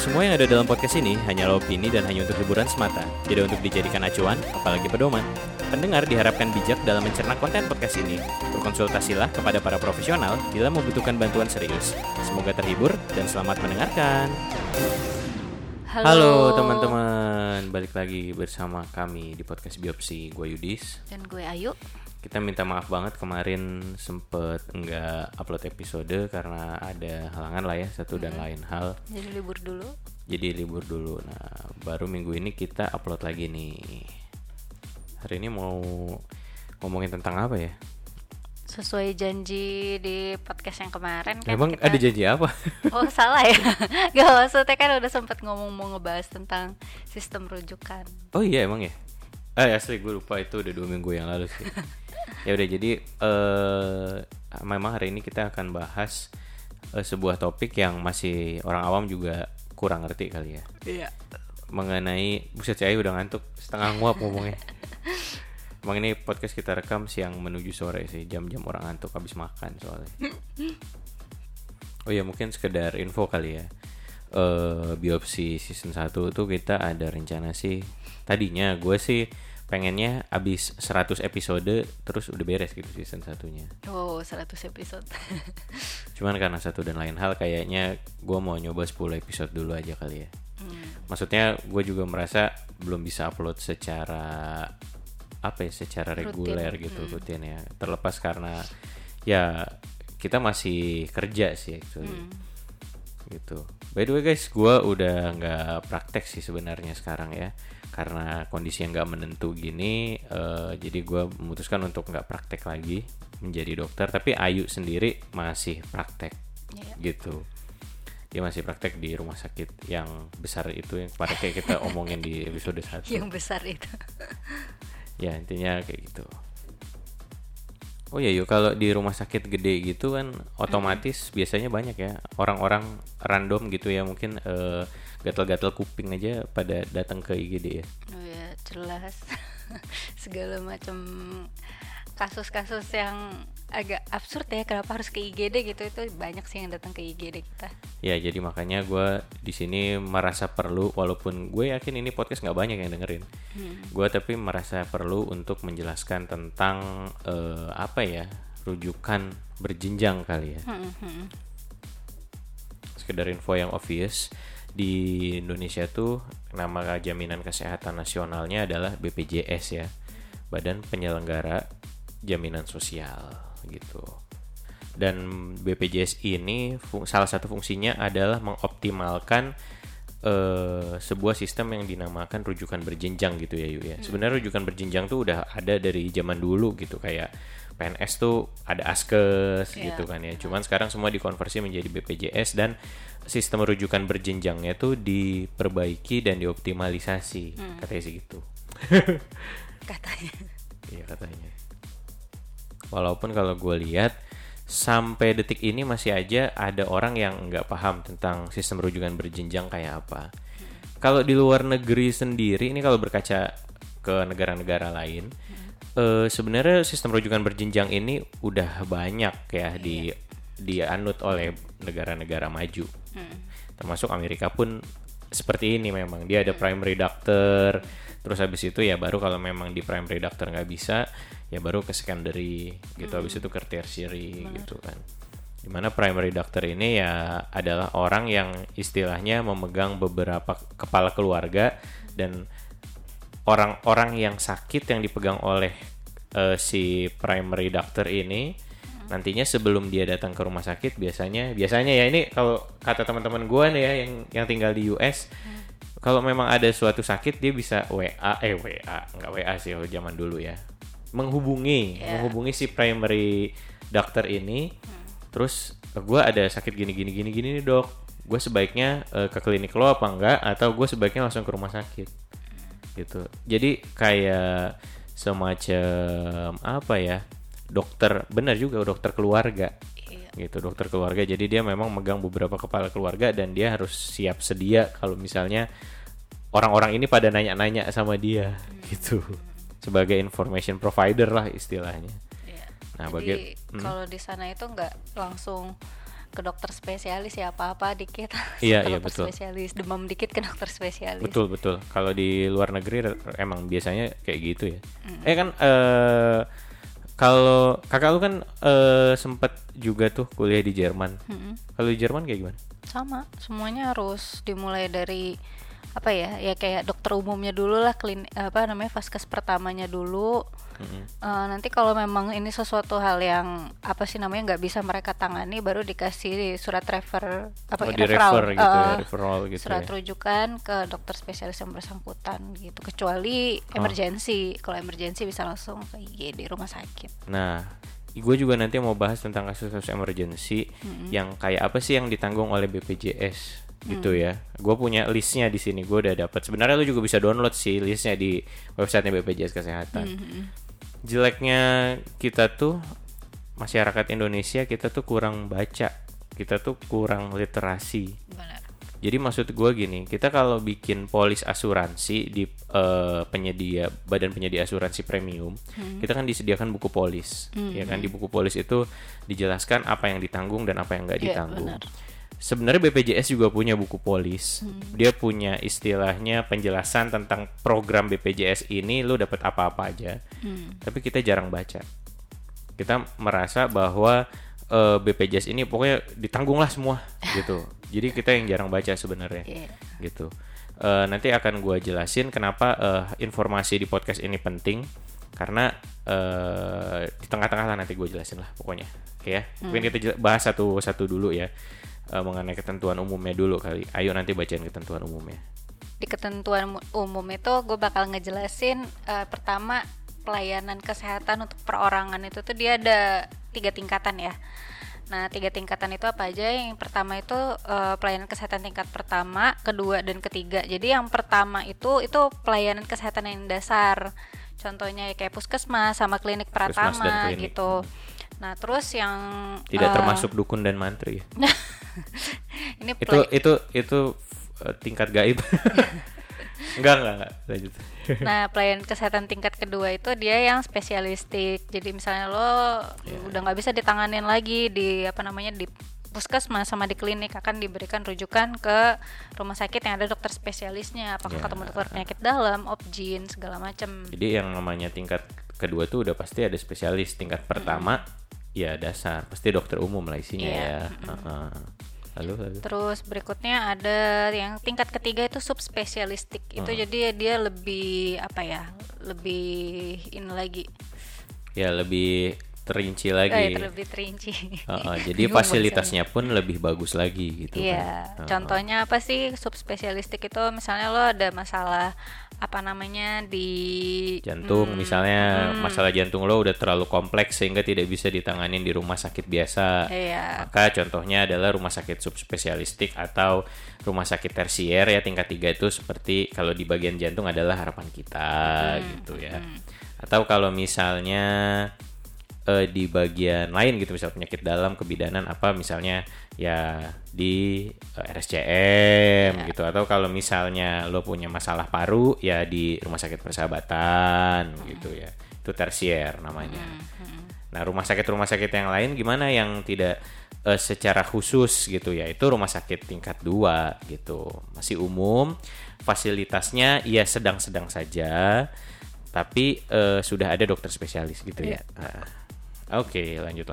Semua yang ada dalam podcast ini hanyalah opini dan hanya untuk hiburan semata, tidak untuk dijadikan acuan, apalagi pedoman. Pendengar diharapkan bijak dalam mencerna konten podcast ini. Berkonsultasilah kepada para profesional bila membutuhkan bantuan serius. Semoga terhibur dan selamat mendengarkan. Halo teman-teman, balik lagi bersama kami di podcast Biopsi. Gue Yudis dan gue Ayu. Kita minta maaf banget kemarin sempet nggak upload episode karena ada halangan lah ya, satu dan lain hal. Jadi libur dulu. Nah, baru minggu ini kita upload lagi nih. Hari ini mau ngomongin tentang apa ya? Sesuai janji di podcast yang kemarin kan. Emang ada janji apa? Oh salah ya. Gak, maksudnya kan udah sempet ngomong mau ngebahas tentang sistem rujukan. Oh iya emang ya? Asli gue lupa, itu udah 2 minggu yang lalu sih. Ya udah, jadi memang hari ini kita akan bahas sebuah topik yang masih orang awam juga kurang ngerti kali ya. Iya. Mengenai, buset saya udah ngantuk, setengah nguap ngomongnya. Emang ini podcast kita rekam siang menuju sore sih, jam-jam orang ngantuk habis makan soalnya. Oh ya, mungkin sekedar info kali ya. Biopsi season 1 tuh kita ada rencana sih. Tadinya gue sih pengennya abis 100 episode terus udah beres gitu season 1-nya. Oh, 100 episode. Cuman karena satu dan lain hal kayaknya gue mau nyoba 10 episode dulu aja kali ya. Maksudnya gue juga merasa belum bisa upload secara secara reguler gitu, rutin ya. Terlepas karena ya kita masih kerja sih actually. Gitu. By the way guys, gue udah nggak praktek sih sebenarnya sekarang ya, karena kondisi yang nggak menentu gini. Jadi gue memutuskan untuk nggak praktek lagi menjadi dokter. Tapi Ayu sendiri masih praktek, gitu. Dia masih praktek di rumah sakit yang besar itu, yang kemarin kayak kita omongin di episode 1. Yang besar itu. Ya intinya kayak gitu. Oh ya yuk, kalau di rumah sakit gede gitu kan otomatis biasanya banyak ya orang-orang random gitu ya, mungkin gatal-gatal kuping aja pada datang ke IGD ya. Oh ya, jelas. Segala macam kasus-kasus yang agak absurd ya, kenapa harus ke IGD gitu, itu banyak sih yang datang ke IGD kita. Ya, jadi makanya gue di sini merasa perlu, walaupun gue yakin ini podcast nggak banyak yang dengerin, gue tapi merasa perlu untuk menjelaskan tentang rujukan berjenjang kali ya. Sekedar info yang obvious, di Indonesia tuh nama jaminan kesehatan nasionalnya adalah BPJS ya, Badan Penyelenggara Jaminan Sosial gitu. Dan BPJS ini salah satu fungsinya adalah mengoptimalkan sebuah sistem yang dinamakan rujukan berjenjang gitu ya Yu ya. Sebenarnya rujukan berjenjang tuh udah ada dari zaman dulu gitu, kayak PNS tuh ada Askes gitu kan ya. Cuman sekarang semua dikonversi menjadi BPJS dan sistem rujukan berjenjangnya tuh diperbaiki dan dioptimalisasi, katanya sih gitu. Katanya. Iya katanya. Walaupun kalau gue lihat sampai detik ini masih aja ada orang yang nggak paham tentang sistem rujukan berjenjang kayak apa. Kalau di luar negeri sendiri, ini kalau berkaca ke negara-negara lain, sebenarnya sistem rujukan berjenjang ini udah banyak ya dianut oleh negara-negara maju. Termasuk Amerika pun seperti ini, memang dia ada primary doctor. Terus habis itu ya baru kalau memang di primary doctor nggak bisa, ya baru ke secondary gitu, habis itu ke tertiary gitu kan. Dimana primary doctor ini ya adalah orang yang istilahnya memegang beberapa kepala keluarga, dan orang-orang yang sakit yang dipegang oleh si primary doctor ini nantinya sebelum dia datang ke rumah sakit biasanya ya, ini kalau kata teman-teman gue nih ya yang tinggal di US, kalau memang ada suatu sakit dia bisa nggak WA sih zaman dulu ya, menghubungi si primary doctor ini. Terus gue ada sakit gini nih dok, gue sebaiknya ke klinik lo apa enggak, atau gue sebaiknya langsung ke rumah sakit gitu. Jadi kayak semacam dokter, benar juga dokter keluarga gitu, dokter keluarga. Jadi dia memang megang beberapa kepala keluarga dan dia harus siap sedia kalau misalnya orang-orang ini pada nanya-nanya sama dia gitu, sebagai information provider lah istilahnya. Nah, jadi kalau di sana itu nggak langsung ke dokter spesialis ya, apa-apa dikit Iya, ke iya dokter betul. spesialis, demam dikit ke dokter spesialis. Betul, betul. Kalau di luar negeri emang biasanya kayak gitu ya. Kan kalau kakak lu kan sempet juga tuh kuliah di Jerman. Kalau di Jerman kayak gimana? Sama, semuanya harus dimulai dari apa ya, ya kayak dokter umumnya dulu lah, vaskes pertamanya dulu. Nanti kalau memang ini sesuatu hal yang apa sih namanya nggak bisa mereka tangani, baru dikasih surat refer Di refer gitu ya, referral gitu surat ya. rujukan ke dokter spesialis yang bersangkutan gitu, kecuali emergensi. Kalau emergensi bisa langsung ke IGD rumah sakit. Nah, gue juga nanti mau bahas tentang kasus-kasus emergency yang kayak apa sih yang ditanggung oleh BPJS gitu ya. Gue punya listnya di sini, gue udah dapat. Sebenarnya lu juga bisa download sih listnya di websitenya BPJS Kesehatan. Jeleknya kita tuh masyarakat Indonesia, kita tuh kurang baca, kita tuh kurang literasi. Benar. Jadi maksud gue gini, kita kalau bikin polis asuransi di badan penyedia asuransi premium, kita kan disediakan buku polis, ya kan. Di buku polis itu dijelaskan apa yang ditanggung dan apa yang nggak ditanggung. Sebenarnya BPJS juga punya buku polis, dia punya istilahnya penjelasan tentang program BPJS ini, lu dapat apa-apa aja, tapi kita jarang baca. Kita merasa bahwa BPJS ini pokoknya ditanggung lah semua gitu. Jadi kita yang jarang baca sebenarnya, gitu. Nanti akan gue jelasin kenapa informasi di podcast ini penting, karena di tengah-tengah lah nanti gue jelasin lah pokoknya. Oke ya. Mungkin kita bahas satu-satu dulu ya, mengenai ketentuan umumnya dulu kali. Ayo nanti bacain ketentuan umumnya. Di ketentuan umum itu gue bakal ngejelasin pertama, pelayanan kesehatan untuk perorangan itu tuh dia ada 3 tingkatan ya. Nah, 3 tingkatan itu apa aja? Yang pertama itu pelayanan kesehatan tingkat pertama, kedua, dan ketiga. Jadi yang pertama itu pelayanan kesehatan yang dasar. Contohnya kayak puskesmas sama klinik Pratama gitu. Nah, terus yang tidak termasuk dukun dan mantri. ini itu tingkat gaib. Enggak lanjut. Nah, pelayanan kesehatan tingkat kedua itu dia yang spesialistik. Jadi misalnya lo udah nggak bisa ditanganin lagi di di puskesmas sama di klinik, akan diberikan rujukan ke rumah sakit yang ada dokter spesialisnya, apakah ketemu dokter penyakit dalam, obgyn, segala macam. Jadi yang namanya tingkat kedua tuh udah pasti ada spesialis. Tingkat pertama ya dasar, pasti dokter umum lah isinya ya. Lalu. Terus berikutnya ada yang tingkat ketiga itu subspesialistik. Itu jadi dia lebih lebih ini lagi. Ya lebih terinci lagi. Lebih terinci. Jadi fasilitasnya pun lebih bagus lagi gitu. Iya. Contohnya apa sih subspesialistik itu? Misalnya lo ada masalah di jantung, misalnya masalah jantung lo udah terlalu kompleks sehingga tidak bisa ditanganin di rumah sakit biasa. Maka contohnya adalah rumah sakit subspesialistik atau rumah sakit tersier ya, tingkat 3 itu seperti kalau di bagian jantung adalah Harapan Kita gitu ya. Atau kalau misalnya di bagian lain gitu, misal penyakit dalam, kebidanan apa misalnya ya di RSCM gitu. Atau kalau misalnya lo punya masalah paru ya di Rumah Sakit Persahabatan gitu ya, itu tersier namanya. Nah, rumah sakit yang lain gimana yang tidak secara khusus gitu ya, itu rumah sakit tingkat 2 gitu, masih umum, fasilitasnya ya sedang-sedang saja, tapi sudah ada dokter spesialis gitu ya. Oke, lanjut.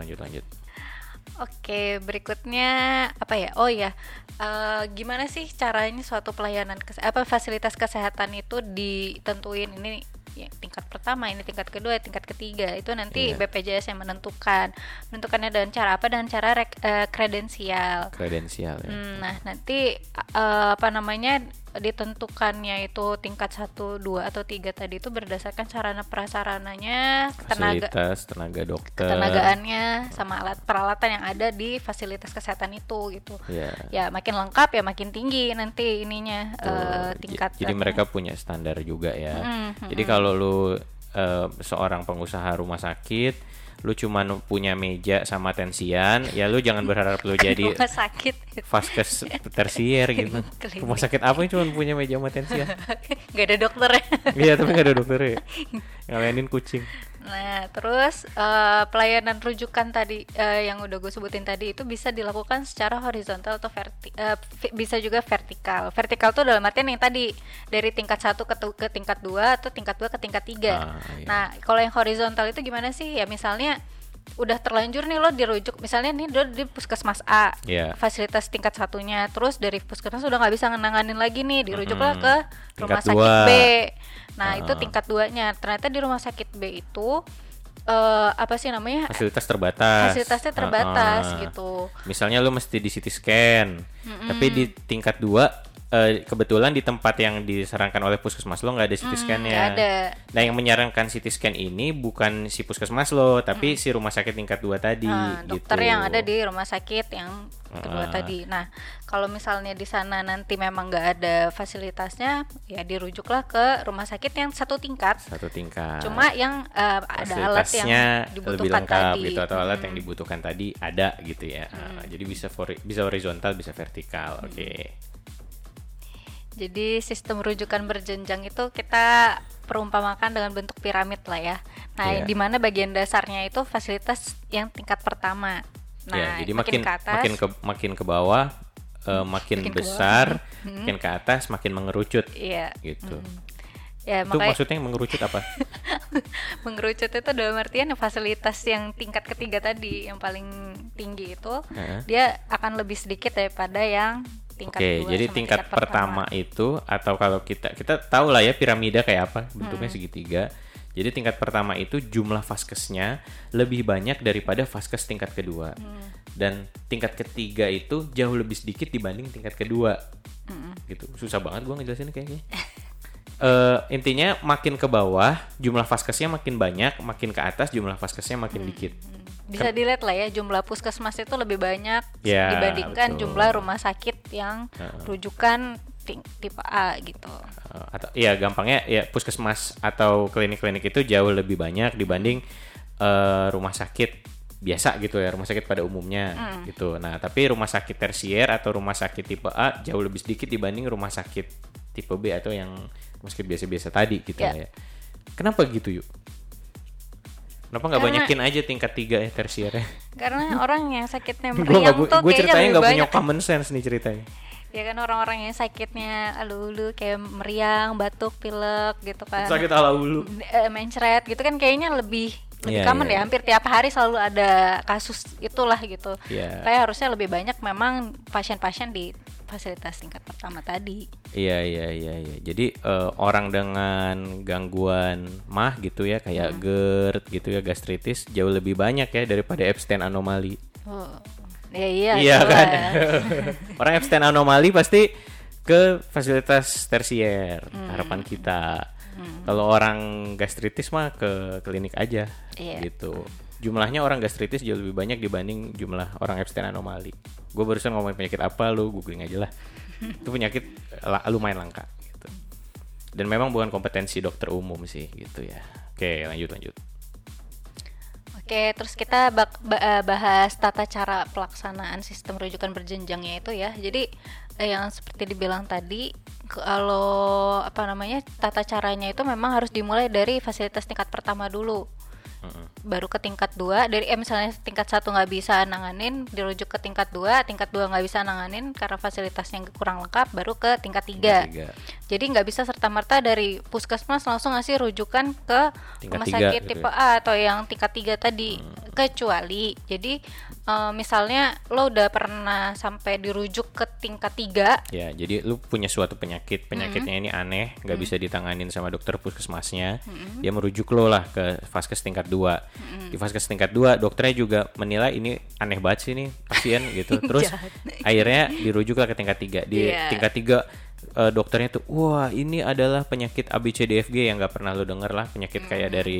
Oke, berikutnya apa ya? Gimana sih caranya suatu pelayanan fasilitas kesehatan itu ditentuin ini ya, tingkat pertama, ini tingkat kedua, tingkat ketiga, itu nanti BPJS yang menentukannya dengan cara apa, dan cara kredensial ya. Nah, nanti ditentukannya itu tingkat 1, 2, atau 3 tadi itu berdasarkan sarana prasarananya, fasilitas, tenaga dokter, ketenagaannya, sama alat peralatan yang ada di fasilitas kesehatan itu gitu. Ya makin lengkap ya makin tinggi nanti ininya tingkat. Jadi mereka punya standar juga ya. Jadi kalau lu seorang pengusaha rumah sakit lu cuman punya meja sama tensian, ya lu jangan berharap lu jadi Rumah sakit. vaskes tersier gitu. Klinik. Rumah sakit apa yang cuma punya meja sama tensian? Gak ada dokter ya. Iya, tapi nggak ada dokter ya. Ngelayanin kucing. Nah, terus pelayanan rujukan tadi yang udah gue sebutin tadi itu bisa dilakukan secara horizontal atau bisa juga vertikal. Vertikal tuh dalam artian yang tadi dari tingkat 1 ke tingkat 2 atau tingkat 2 ke tingkat 3. Iya. Nah, kalau yang horizontal itu gimana sih? Ya misalnya udah terlanjur nih lo dirujuk, misalnya nih lo di puskesmas A, Iya. fasilitas tingkat satunya, terus dari puskesmas udah nggak bisa nanganin lagi nih, dirujuklah ke rumah Tingkat sakit 2. B. Nah, itu tingkat 2-nya. Ternyata di rumah sakit B itu apa sih namanya? Fasilitas terbatas. Fasilitasnya terbatas gitu. Misalnya lu mesti di CT scan, tapi di tingkat 2 kebetulan di tempat yang disarankan oleh puskesmas lo nggak ada CT scan-nya. Nggak ada. Nah, yang menyarankan CT scan ini bukan si puskesmas lo, tapi si rumah sakit tingkat 2 tadi. Dokter gitu. yang ada di rumah sakit yang kedua tadi. Nah, kalau misalnya di sana nanti memang nggak ada fasilitasnya, ya dirujuklah ke rumah sakit yang satu tingkat. Satu tingkat. Cuma yang ada alat yang fasilitasnya lebih dibutuhkan lengkap tadi. gitu, atau alat yang dibutuhkan tadi ada gitu ya. Jadi bisa horizontal, bisa vertikal. Oke. Jadi sistem rujukan berjenjang itu kita perumpamakan dengan bentuk piramid lah ya. Nah, Iya. di mana bagian dasarnya itu fasilitas yang tingkat pertama. Nah, Ya, jadi makin ke atas, makin ke bawah, makin Makin ke besar, makin ke atas, makin mengerucut iya. gitu. Ya, Itu makanya maksudnya mengerucut apa? mengerucut itu dalam artian fasilitas yang tingkat ketiga tadi yang paling tinggi itu Heeh. dia akan lebih sedikit daripada yang tingkat Oke, dua jadi sama tingkat tingkat pertama itu, atau kalau kita tahu lah ya piramida kayak apa, bentuknya segitiga. Jadi tingkat pertama itu jumlah vaskesnya lebih banyak daripada vaskes tingkat kedua. Dan tingkat ketiga itu jauh lebih sedikit dibanding tingkat kedua. Gitu. Susah banget gua ngejelasin kayaknya. Intinya makin ke bawah jumlah vaskesnya makin banyak, makin ke atas jumlah vaskesnya makin dikit. bisa dilihat lah ya jumlah puskesmas itu lebih banyak Ya, dibandingkan betul. jumlah rumah sakit yang rujukan tipe A gitu. Atau ya gampangnya ya puskesmas atau klinik-klinik itu jauh lebih banyak dibanding rumah sakit biasa gitu ya, rumah sakit pada umumnya gitu. Nah, tapi rumah sakit tersier atau rumah sakit tipe A jauh lebih sedikit dibanding rumah sakit tipe B atau yang rumah sakit biasa-biasa tadi gitu Ya. ya. Kenapa gitu yuk? Kenapa nggak Karena- banyakin aja tingkat 3 ya tersiernya? Karena orang yang sakitnya Gue meriang tuh gue kayaknya ceritanya lebih nggak punya banyak. common sense nih ceritanya. Ya kan orang-orang yang sakitnya ulu-ulu kayak meriang, batuk, pilek gitu kan. Sakit ala ulu. Mencret gitu kan kayaknya lebih Iya, common iya. ya, hampir tiap hari selalu ada kasus itulah gitu. Iya. Kayak harusnya lebih banyak memang pasien-pasien di fasilitas tingkat pertama tadi. Iya. Jadi orang dengan gangguan mah gitu ya, kayak GERD gitu ya, gastritis jauh lebih banyak ya daripada Epstein anomali. Oh. Ya iya Iya jelas. kan? Orang Epstein anomali pasti ke fasilitas tersier, harapan kita. Kalau orang gastritis mah ke klinik aja, Iya. gitu. Jumlahnya orang gastritis jauh lebih banyak dibanding jumlah orang Epstein anomali. Gue barusan ngomongin penyakit apa, lu googling aja lah. Itu penyakit lumayan langka gitu. Dan memang bukan kompetensi dokter umum sih gitu ya. Oke, lanjut. Oke, terus kita bahas tata cara pelaksanaan sistem rujukan berjenjangnya itu ya. Jadi yang seperti dibilang tadi, kalau tata caranya itu memang harus dimulai dari fasilitas tingkat pertama dulu. Baru ke tingkat 2 dari misalnya tingkat 1 nggak bisa nanganin, dirujuk ke tingkat 2 nggak bisa nanganin karena fasilitasnya kurang lengkap, baru ke tingkat 3. Tiga. Jadi nggak bisa serta-merta dari puskesmas langsung ngasih rujukan ke Tingkat rumah 3 sakit gitu tipe A atau yang tingkat 3 tadi. Kecuali jadi misalnya lo udah pernah sampai dirujuk ke tingkat 3. Ya, jadi lu punya suatu penyakitnya ini aneh, nggak bisa ditanganin sama dokter puskesmasnya, dia merujuk lo lah ke vaskes tingkat 2. Di vaskes tingkat 2, dokternya juga menilai ini aneh banget sih nih pasien gitu. Terus Jahat. akhirnya dirujuk lah ke tingkat 3. Di Iya. tingkat 3 dokternya tuh, wah ini adalah penyakit ABCDFG yang nggak pernah lu denger lah, penyakit kayak dari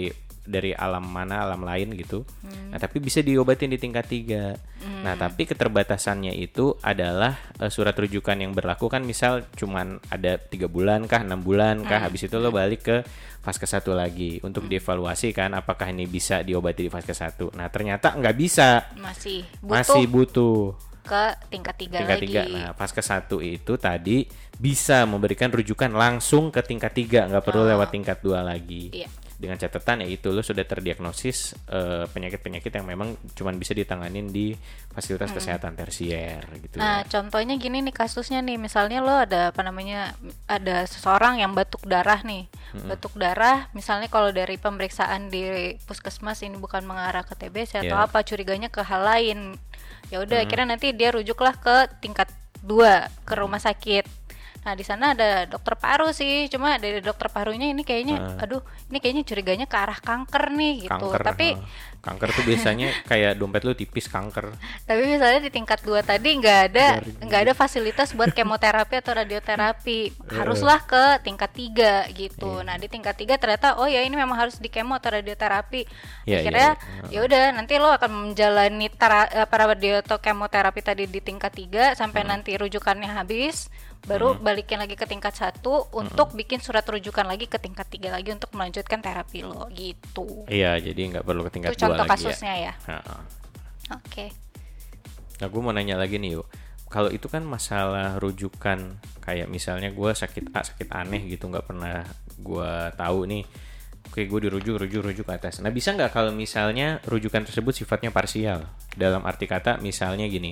dari alam mana, alam lain gitu. Nah, tapi bisa diobatin di tingkat 3. Nah, tapi keterbatasannya itu adalah surat rujukan yang berlaku kan misal cuman ada 3 bulan kah, 6 bulan kah, habis itu lo balik ke fase 1 lagi untuk dievaluasi kan apakah ini bisa diobati di fase 1. Nah, ternyata nggak bisa. Masih butuh ke tingkat 3 lagi. Nah, fase 1 itu tadi bisa memberikan rujukan langsung ke tingkat 3, nggak perlu lewat tingkat 2 lagi. Iya. Dengan catatan yaitu lo sudah terdiagnosis penyakit-penyakit yang memang cuma bisa ditanganin di fasilitas kesehatan tersier gitu. Nah, contohnya gini nih kasusnya nih, misalnya lo ada ada seseorang yang batuk darah nih. Batuk darah, misalnya kalau dari pemeriksaan di puskesmas ini bukan mengarah ke TBC atau apa, curiganya ke hal lain. Ya udah, akhirnya nanti dia rujuklah ke tingkat 2 ke rumah sakit. Nah, di sana ada dokter paru sih, cuma dari dokter parunya ini kayaknya ini kayaknya curiganya ke arah kanker nih gitu. Tapi kanker tuh biasanya kayak dompet lu tipis kanker. Tapi misalnya di tingkat 2 tadi nggak ada fasilitas buat kemoterapi atau radioterapi. Haruslah ke tingkat 3 gitu. Nah, di tingkat 3 ternyata oh ya ini memang harus di kemo atau radioterapi. Akhirnya ya udah nanti lo akan menjalani radio atau kemoterapi tadi di tingkat 3 sampai nanti rujukannya habis. Baru balikin lagi ke tingkat 1 untuk bikin surat rujukan lagi ke tingkat 3 lagi untuk melanjutkan terapi lo gitu. Iya, jadi nggak perlu ke tingkat 2 lagi ya. Itu contoh kasusnya ya. Oke. Nah, gue mau nanya lagi nih yuk. Kalau itu kan masalah rujukan, kayak misalnya gue sakit aneh gitu, nggak pernah gue tahu nih. Oke, gue dirujuk ke atas. Nah, bisa nggak kalau misalnya rujukan tersebut sifatnya parsial? Dalam arti kata misalnya gini,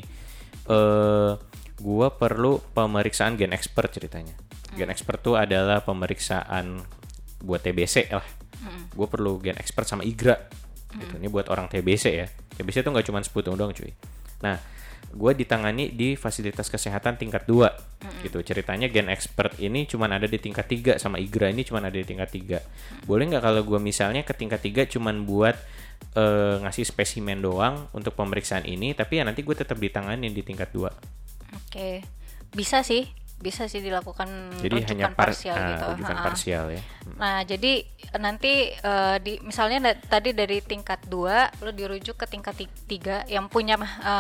gue perlu pemeriksaan gen expert ceritanya. Gen expert tuh adalah pemeriksaan buat TBC lah. Gue perlu gen expert sama IGRA. Gitu. Ini buat orang TBC ya. TBC tuh nggak cuma Sputum doang cuy. Nah, gue ditangani di fasilitas kesehatan tingkat 2 gitu. Ceritanya gen expert ini cuma ada di tingkat 3 sama IGRA ini cuma ada di tingkat 3. Boleh nggak kalau gue misalnya ke tingkat 3 cuma buat ngasih spesimen doang untuk pemeriksaan ini, tapi ya nanti gue tetap ditangani di tingkat 2. Oke, bisa sih dilakukan jadi rujukan parsial gitu. Rujukan parsial ya. Nah, jadi nanti misalnya tadi dari tingkat 2 lo dirujuk ke tingkat 3 yang punya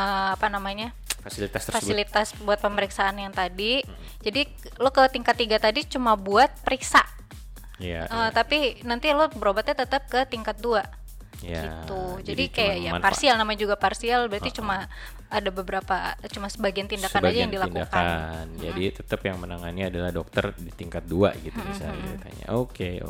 fasilitas buat pemeriksaan yang tadi. Jadi lo ke tingkat 3 tadi cuma buat periksa. Tapi nanti lo berobatnya tetap ke tingkat 2. Gitu. Jadi kayak ya parsial, namanya juga parsial, berarti cuma ada cuma sebagian tindakan aja yang dilakukan. Jadi tetap yang menangani adalah dokter di tingkat 2 gitu misalnya ceritanya. Oke.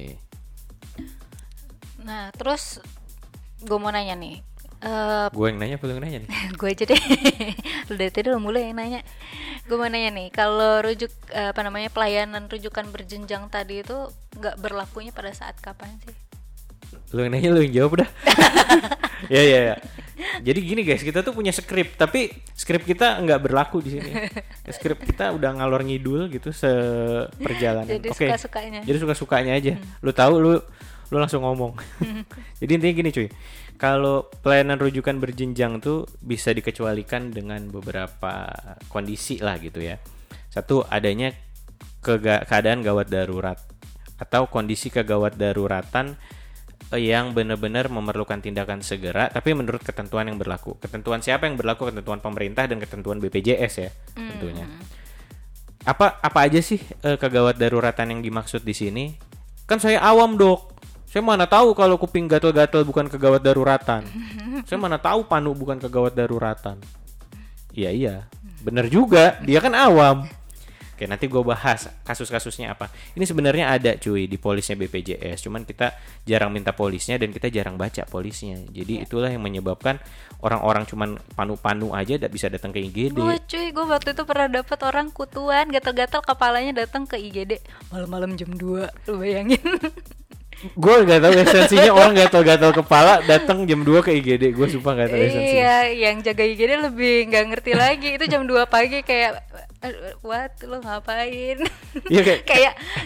Nah, terus gue mau nanya nih. Gue yang nanya apa lu yang nanya nih? Gue aja deh. Lu dari tadi udah mulai yang nanya. Gue mau nanya nih, kalau pelayanan rujukan berjenjang tadi itu nggak berlakunya pada saat kapan sih? Lu yang nanya, lu yang jawab dah. Ya. Jadi gini guys, kita tuh punya skrip, tapi skrip kita nggak berlaku di sini. Skrip kita udah ngalor ngidul gitu seperjalanan. Jadi suka-sukanya. Jadi suka-sukanya aja. Lu tahu lu langsung ngomong. Jadi intinya gini cuy. Kalau pelayanan rujukan berjenjang tuh bisa dikecualikan dengan beberapa kondisi lah gitu ya. Satu, adanya keadaan gawat darurat atau kondisi kegawat daruratan yang benar-benar memerlukan tindakan segera, tapi menurut ketentuan yang berlaku. Ketentuan siapa yang berlaku? Ketentuan pemerintah dan ketentuan BPJS ya, tentunya. Apa aja sih kegawat daruratan yang dimaksud di sini? Kan saya awam dok, saya mana tahu kalau kuping gatal-gatal bukan kegawat daruratan. Saya mana tahu panu bukan kegawat daruratan. Iya, benar juga, dia kan awam. Oke, nanti gue bahas kasus-kasusnya apa. Ini sebenarnya ada cuy di polisnya BPJS, cuman kita jarang minta polisnya dan kita jarang baca polisnya. Jadi itulah yang menyebabkan orang-orang cuman panu-panu aja bisa datang ke IGD. Gue waktu itu pernah dapat orang kutuan gatal-gatal kepalanya datang ke IGD malam-malam jam 2. Lu bayangin. Gue gak tahu esensinya orang gatal-gatal kepala datang jam 2 ke IGD. Gue sumpah gak tahu esensinya. Iya, yang jaga IGD lebih gak ngerti lagi. Itu jam 2 pagi kayak what, lo ngapain? Iya kayak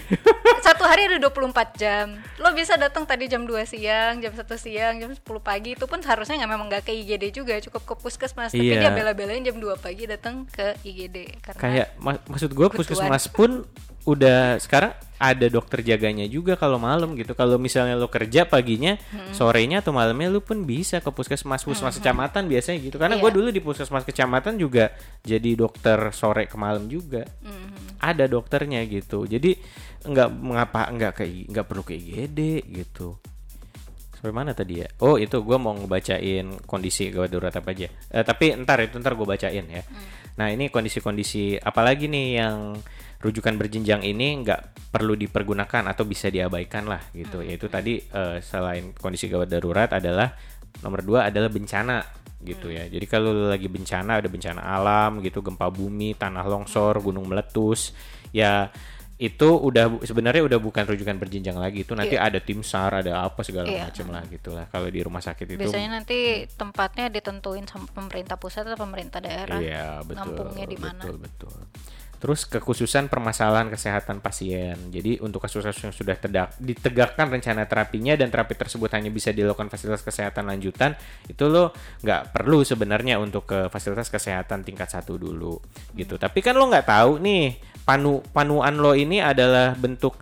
satu hari ada 24 jam. Lo bisa datang tadi jam 2 siang, jam 1 siang, jam 10 pagi. Itu pun harusnya memang nggak ke IGD juga, cukup ke puskesmas. Tapi dia bela-belain jam 2 pagi datang ke IGD. Karena kayak maksud gue puskesmas pun udah sekarang ada dokter jaganya juga kalau malam gitu. Kalau misalnya lo kerja paginya, sorenya atau malamnya lo pun bisa ke puskesmas kecamatan biasanya gitu. Karena gue dulu di puskesmas kecamatan juga jadi dokter sore ke malam juga. Ada dokternya gitu. Jadi nggak perlu ke IGD gitu. Sampai mana tadi ya? Oh itu gue mau ngebacain kondisi gawat darurat apa aja. Tapi ntar gue bacain ya. Nah ini kondisi-kondisi apalagi nih yang rujukan berjenjang ini nggak perlu dipergunakan atau bisa diabaikan lah gitu. Yaitu tadi selain kondisi gawat darurat adalah nomor 2 adalah bencana gitu ya. Jadi kalau lagi bencana, ada bencana alam gitu, gempa bumi, tanah longsor, gunung meletus, ya itu sebenarnya udah bukan rujukan berjenjang lagi. Itu nanti ada tim SAR, ada apa segala macam lah gitulah. Kalau di rumah sakit itu biasanya nanti tempatnya ditentuin sama pemerintah pusat atau pemerintah daerah. Iya, betul. Nampungnya di mana. Betul. Terus kekhususan permasalahan kesehatan pasien. Jadi untuk kasus-kasus yang sudah ditegakkan rencana terapinya dan terapi tersebut hanya bisa dilakukan fasilitas kesehatan lanjutan, itu lo nggak perlu sebenarnya untuk ke fasilitas kesehatan tingkat 1 dulu gitu. Tapi kan lo nggak tahu nih panuan lo ini adalah bentuk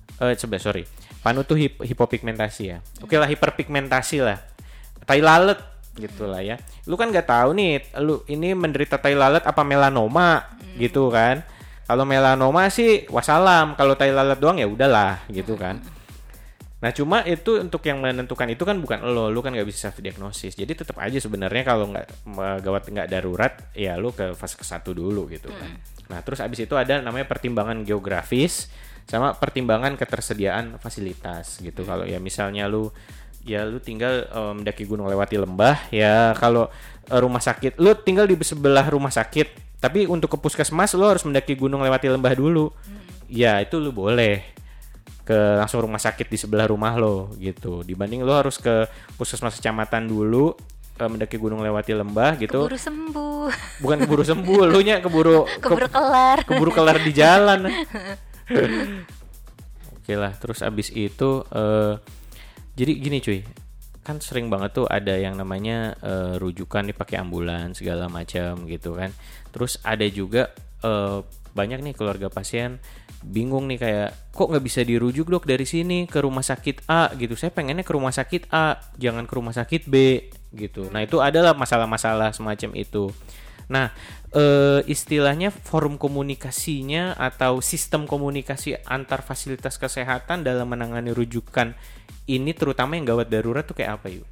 panu tuh hipopigmentasi ya. Oke lah, hiperpigmentasi lah, tai lalat gitu lah ya. Lu kan nggak tahu nih lu ini menderita tai lalat apa melanoma gitu kan. Kalau melanoma sih wassalam, kalau tai lalat doang ya udahlah gitu kan. Nah cuma itu untuk yang menentukan itu kan bukan lu kan nggak bisa self diagnosis. Jadi tetap aja sebenarnya kalau gawat nggak darurat ya lu ke fase ke-1 dulu gitu kan. Nah terus abis itu ada namanya pertimbangan geografis sama pertimbangan ketersediaan fasilitas gitu. Kalau ya misalnya lu tinggal mendaki gunung lewati lembah ya, kalau rumah sakit lu tinggal di sebelah rumah sakit, tapi untuk ke puskesmas lu harus mendaki gunung lewati lembah dulu. Ya itu lu boleh ke langsung rumah sakit di sebelah rumah lo gitu, dibanding lu harus ke puskesmas kecamatan dulu mendaki gunung lewati lembah gitu. Keburu sembuh. Bukan keburu sembuh, lu nya keburu kelar di jalan. Oke lah, terus abis itu jadi gini cuy, kan sering banget tuh ada yang namanya rujukan dipakai ambulans segala macam gitu kan. Terus ada juga banyak nih keluarga pasien bingung nih kayak kok nggak bisa dirujuk dok dari sini ke rumah sakit A gitu. Saya pengennya ke rumah sakit A, jangan ke rumah sakit B gitu. Nah itu adalah masalah-masalah semacam itu. Nah istilahnya forum komunikasinya atau sistem komunikasi antar fasilitas kesehatan dalam menangani rujukan ini terutama yang gawat darurat tuh kayak apa yuk?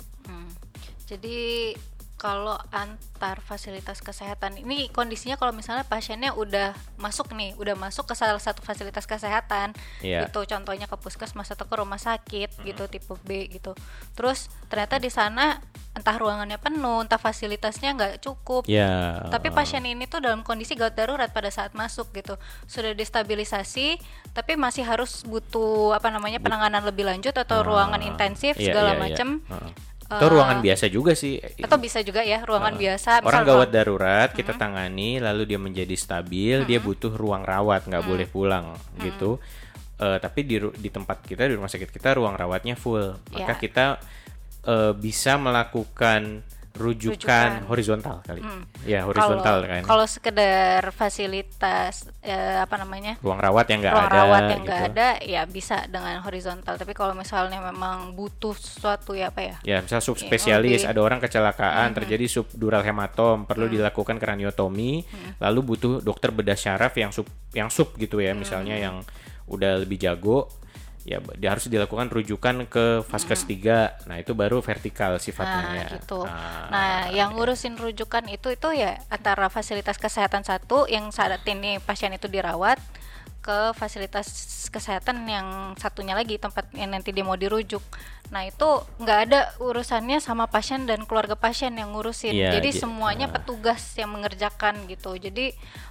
Jadi kalau antar fasilitas kesehatan ini kondisinya kalau misalnya pasiennya udah masuk ke salah satu fasilitas kesehatan gitu, contohnya ke puskesmas atau ke rumah sakit gitu tipe B gitu. Terus ternyata di sana entah ruangannya penuh, entah fasilitasnya nggak cukup. Tapi pasien ini tuh dalam kondisi gawat darurat pada saat masuk gitu. Sudah destabilisasi tapi masih harus butuh penanganan lebih lanjut atau ruangan intensif segala macam. Atau ruangan biasa juga sih. Atau bisa juga ya ruangan biasa. Orang gawat darurat kita tangani, lalu dia menjadi stabil, dia butuh ruang rawat, nggak boleh pulang gitu. Tapi di tempat kita, di rumah sakit kita ruang rawatnya full, maka kita bisa melakukan rujukan horizontal kali. Ya horizontal kan. Kalau sekedar fasilitas ruang rawat yang nggak ada. Rawat yang nggak ada ya bisa dengan horizontal. Tapi kalau misalnya memang butuh sesuatu ya misal subspesialis, ada orang kecelakaan terjadi subdural hematom, perlu dilakukan kraniotomi, lalu butuh dokter bedah syaraf yang sub gitu ya, misalnya yang udah lebih jago. Ya dia harus dilakukan rujukan ke vaskes 3. Nah itu baru vertikal sifatnya gitu. Nah yang ngurusin rujukan itu ya antara fasilitas kesehatan satu yang saat ini pasien itu dirawat ke fasilitas kesehatan yang satunya lagi tempat yang nanti dia mau dirujuk. Nah itu nggak ada urusannya sama pasien dan keluarga pasien yang ngurusin. Jadi semuanya petugas yang mengerjakan gitu. Jadi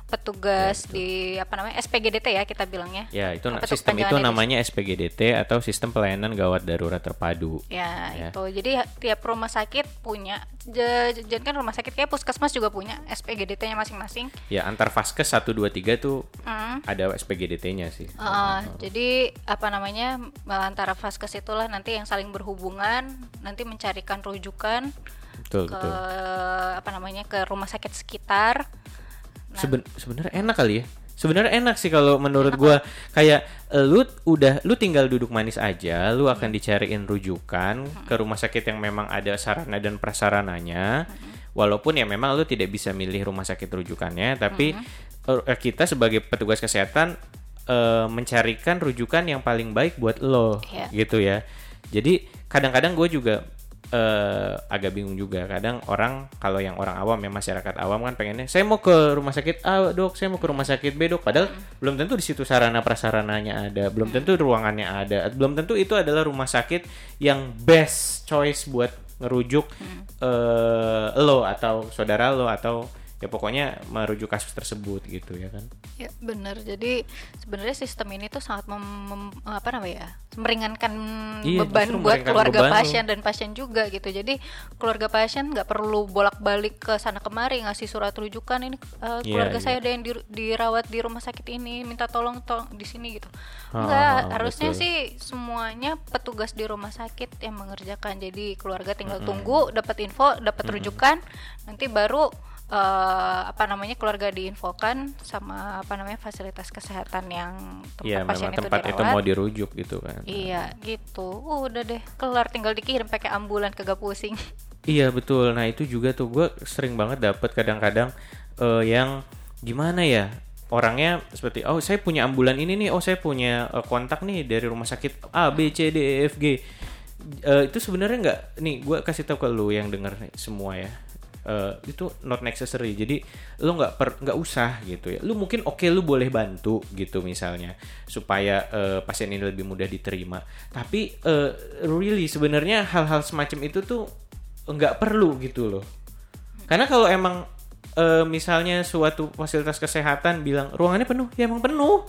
petugas di SPGDT ya kita bilangnya. Ya, itu Apa tuh sistem itu kepanjangannya namanya SPGDT atau Sistem Pelayanan Gawat Darurat Terpadu. Ya, Ya. itu. Jadi tiap rumah sakit punya, jadi kan rumah sakit kayak puskesmas juga punya SPGDT-nya masing-masing. Ya, antar Vaskes 1 2 3 tuh Hmm. ada SPGDT-nya sih. Jadi antara vaskes itulah nanti yang saling berhubungan, nanti mencarikan rujukan Betul, ke betul. ke rumah sakit sekitar. Sebenarnya enak kali ya. Sebenarnya enak sih kalau menurut gua, kayak lu tinggal duduk manis aja, lu akan dicariin rujukan ke rumah sakit yang memang ada sarana dan prasarananya. Walaupun ya memang lu tidak bisa milih rumah sakit rujukannya, tapi kita sebagai petugas kesehatan mencarikan rujukan yang paling baik buat lo, gitu ya. Jadi kadang-kadang gue juga agak bingung juga. Kadang kalau yang orang awam ya, masyarakat awam kan pengennya saya mau ke rumah sakit A dok, saya mau ke rumah sakit B dok, padahal belum tentu di situ sarana prasarananya ada, belum tentu ruangannya ada, belum tentu itu adalah rumah sakit yang best choice buat ngerujuk lo atau saudara lo, atau ya pokoknya merujuk kasus tersebut gitu ya kan. Ya benar. Jadi sebenarnya sistem ini tuh sangat meringankan beban buat keluarga pasien dan pasien juga gitu. Jadi keluarga pasien nggak perlu bolak-balik ke sana kemari ngasih surat rujukan, ini keluarga saya ada yang dirawat di rumah sakit ini, minta tolong di sini gitu. Enggak, harusnya betul. sih semuanya petugas di rumah sakit yang mengerjakan. Jadi keluarga tinggal tunggu dapat info, dapat rujukan, nanti baru keluarga diinfokan sama fasilitas kesehatan yang tempat pasien itu tempat dirawat. itu mau dirujuk gitu kan. Iya gitu. Udah deh kelar, tinggal dikirim pakai ambulan, kagak pusing. Iya betul. Nah itu juga tuh gue sering banget dapet kadang-kadang yang gimana ya, orangnya seperti saya punya ambulan ini nih, saya punya kontak nih dari rumah sakit A B C D E F G. Itu sebenarnya nggak, nih gue kasih tahu ke lu yang denger semua ya. Itu not necessary. Jadi lu nggak usah gitu ya. Lu mungkin lu boleh bantu gitu misalnya supaya pasien ini lebih mudah diterima. Tapi really sebenarnya hal-hal semacam itu tuh nggak perlu gitu loh. Karena kalau emang misalnya suatu fasilitas kesehatan bilang ruangannya penuh, ya emang penuh.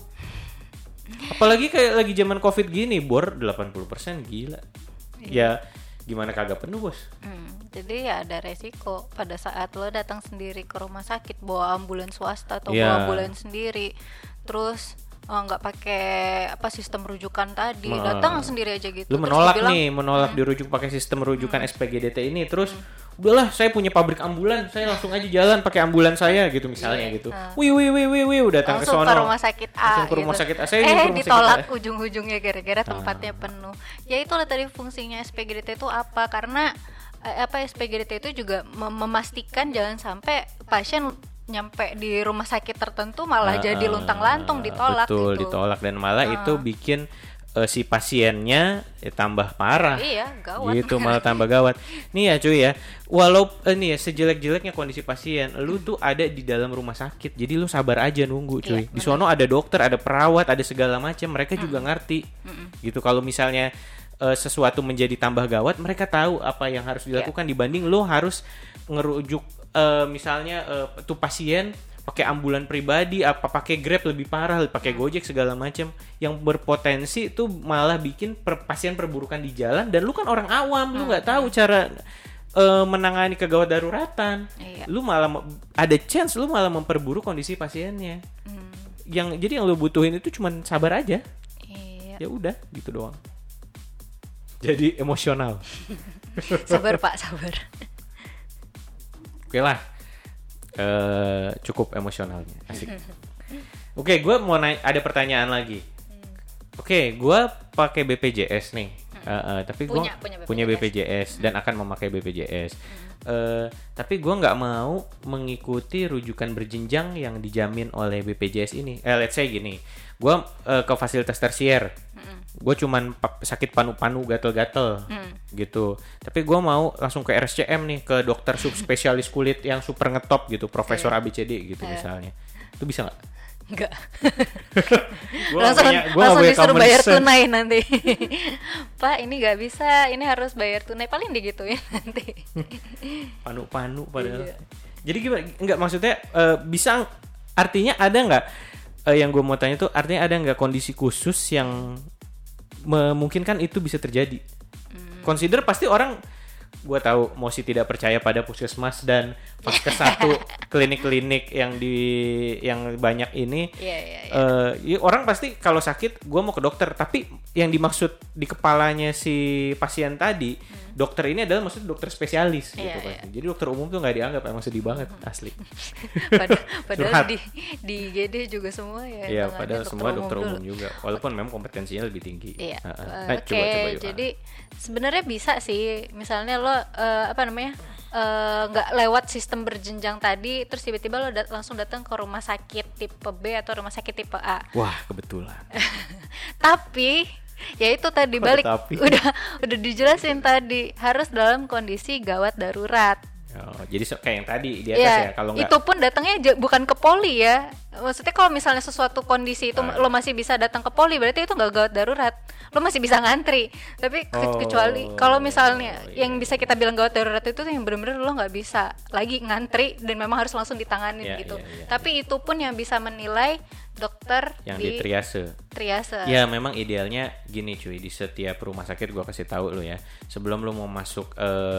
Apalagi kayak lagi zaman Covid gini, bor 80%, gila. Ya gimana kagak penuh, Bos? Jadi ya ada resiko pada saat lo datang sendiri ke rumah sakit bawa ambulan swasta atau bawa ambulan sendiri, terus nggak pakai sistem rujukan tadi, datang sendiri aja gitu. Lu Terus menolak dirujuk pakai sistem rujukan SPGDT ini, terus udahlah saya punya pabrik ambulan, saya langsung aja jalan pakai ambulan saya gitu misalnya gitu. Wih datang ke langsung sono. ke rumah sakit A. Langsung ke rumah gitu. sakit A. Saya ke rumah ditolak sakit A. ujung-ujungnya gara-gara tempatnya penuh. Ya itulah tadi fungsinya SPGDT itu apa? Karena SPGDT itu juga memastikan jangan sampai pasien nyampe di rumah sakit tertentu malah jadi luntang-lantung, ditolak. Betul, gitu. ditolak, dan malah itu bikin si pasiennya tambah parah. Iya, gawat. Gitu, malah tambah gawat. Nih ya cuy ya, nih ya sejelek-jeleknya kondisi pasien, lu tuh ada di dalam rumah sakit. Jadi lu sabar aja nunggu cuy. Di sono ada dokter, ada perawat, ada segala macam, mereka juga ngerti. Gitu, kalau misalnya sesuatu menjadi tambah gawat, mereka tahu apa yang harus dilakukan dibanding lu harus ngerujuk misalnya tuh pasien pakai ambulan pribadi, apa pakai Grab, lebih parah, pakai Gojek segala macam, yang berpotensi tuh malah bikin pasien perburukan di jalan, dan lu kan orang awam, lu nggak tahu cara menangani kegawat daruratan. Lu malah ada chance lu malah memperburuk kondisi pasiennya. Jadi yang lu butuhin itu cuman sabar aja. Ya udah gitu doang. Jadi emosional. Sabar Pak, sabar. Oke lah. Cukup emosionalnya, asik. Oke, gue mau ada pertanyaan lagi. Oke, gue pakai BPJS nih, tapi gue punya BPJS dan akan memakai BPJS. Tapi gue nggak mau mengikuti rujukan berjenjang yang dijamin oleh BPJS ini. Let's say gini, gue ke fasilitas tersier, gue cuman sakit panu-panu, gatel-gatel gitu, tapi gue mau langsung ke RSCM nih, ke dokter subspesialis kulit yang super ngetop gitu, Profesor ABCD gitu misalnya, itu bisa nggak? Enggak. langsung disuruh bayar tunai nanti. Pak, ini nggak bisa, ini harus bayar tunai, paling digituin nanti. Panu-panu padahal. Jadi gimana? Enggak, maksudnya bisa artinya ada nggak yang gue mau tanya tuh, artinya ada nggak kondisi khusus yang memungkinkan itu bisa terjadi? Consider pasti orang, gue tahu Mosi tidak percaya pada puskesmas dan vaskes 1 klinik-klinik yang banyak ini. Orang pasti kalau sakit gue mau ke dokter, tapi yang dimaksud di kepalanya si pasien tadi, dokter ini adalah maksud dokter spesialis gitu kan. Jadi dokter umum tuh nggak dianggap, emang sedih banget asli. Padahal di IGD juga semua ya. Iya, padahal semua dokter umum juga, walaupun memang kompetensinya lebih tinggi. Iya. Coba. Jadi sebenarnya bisa sih, misalnya lo nggak lewat sistem berjenjang tadi, terus tiba-tiba lo langsung datang ke rumah sakit tipe B atau rumah sakit tipe A. Wah, kebetulan. Tapi ya itu tadi balik udah dijelasin tadi, harus dalam kondisi gawat darurat. Jadi kayak yang tadi di atas ya, kalau nggak, itu pun datangnya bukan ke poli ya. Maksudnya kalau misalnya sesuatu kondisi itu lo masih bisa datang ke poli, berarti itu nggak gawat darurat, lo masih bisa ngantri. Tapi kecuali kalau misalnya yang bisa kita bilang gawat darurat itu yang benar-benar lo nggak bisa lagi ngantri dan memang harus langsung ditanganin gitu. Tapi itu pun yang bisa menilai dokter yang di triase. Ya memang idealnya gini cuy, di setiap rumah sakit gua kasih tahu lo ya, sebelum lo mau masuk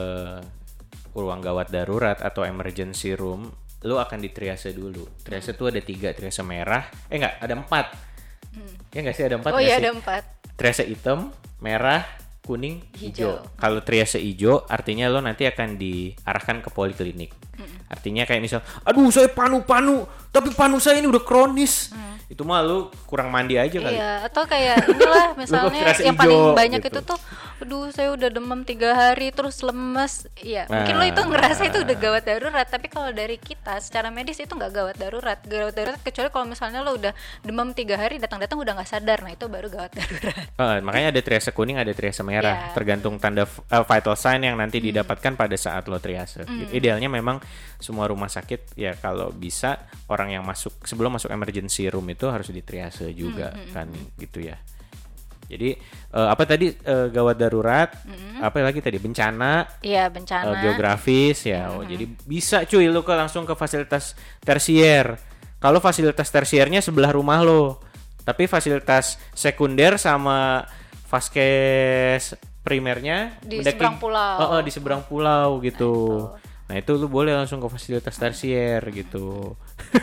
ruang gawat darurat atau emergency room, lo akan di triase dulu. Triase tuh ada 3, triase merah, ada 4. Ya nggak sih, ada 4? Oh iya, ada 4. Triase hitam, merah, kuning, hijau. Kalau triase hijau artinya lo nanti akan diarahkan ke poliklinik. Artinya kayak misal, aduh saya panu, tapi panu saya ini udah kronis. Itu mah lu kurang mandi aja kali. Iya, atau kayak inilah misalnya yang paling banyak gitu. Itu tuh, aduh saya udah demam 3 hari terus lemes. Iya, mungkin lo itu ngerasa itu udah gawat darurat, tapi kalau dari kita secara medis itu nggak gawat darurat. Gawat darurat kecuali kalau misalnya lo udah demam 3 hari, datang-datang udah nggak sadar, nah itu baru gawat darurat. Makanya ada triase kuning, ada triase merah, tergantung tanda vital sign yang nanti didapatkan pada saat lo triase. Idealnya memang semua rumah sakit ya kalau bisa orang yang sebelum masuk emergency room itu harus di triase juga kan gitu ya. Jadi apa tadi gawat darurat, apa lagi tadi, bencana, bencana, geografis ya. Jadi bisa cuy lo langsung ke fasilitas tersier. Kalau fasilitas tersiernya sebelah rumah lo, tapi fasilitas sekunder sama vaskes primernya di seberang pulau. Di seberang pulau gitu. Nah itu lu boleh langsung ke fasilitas tersier gitu.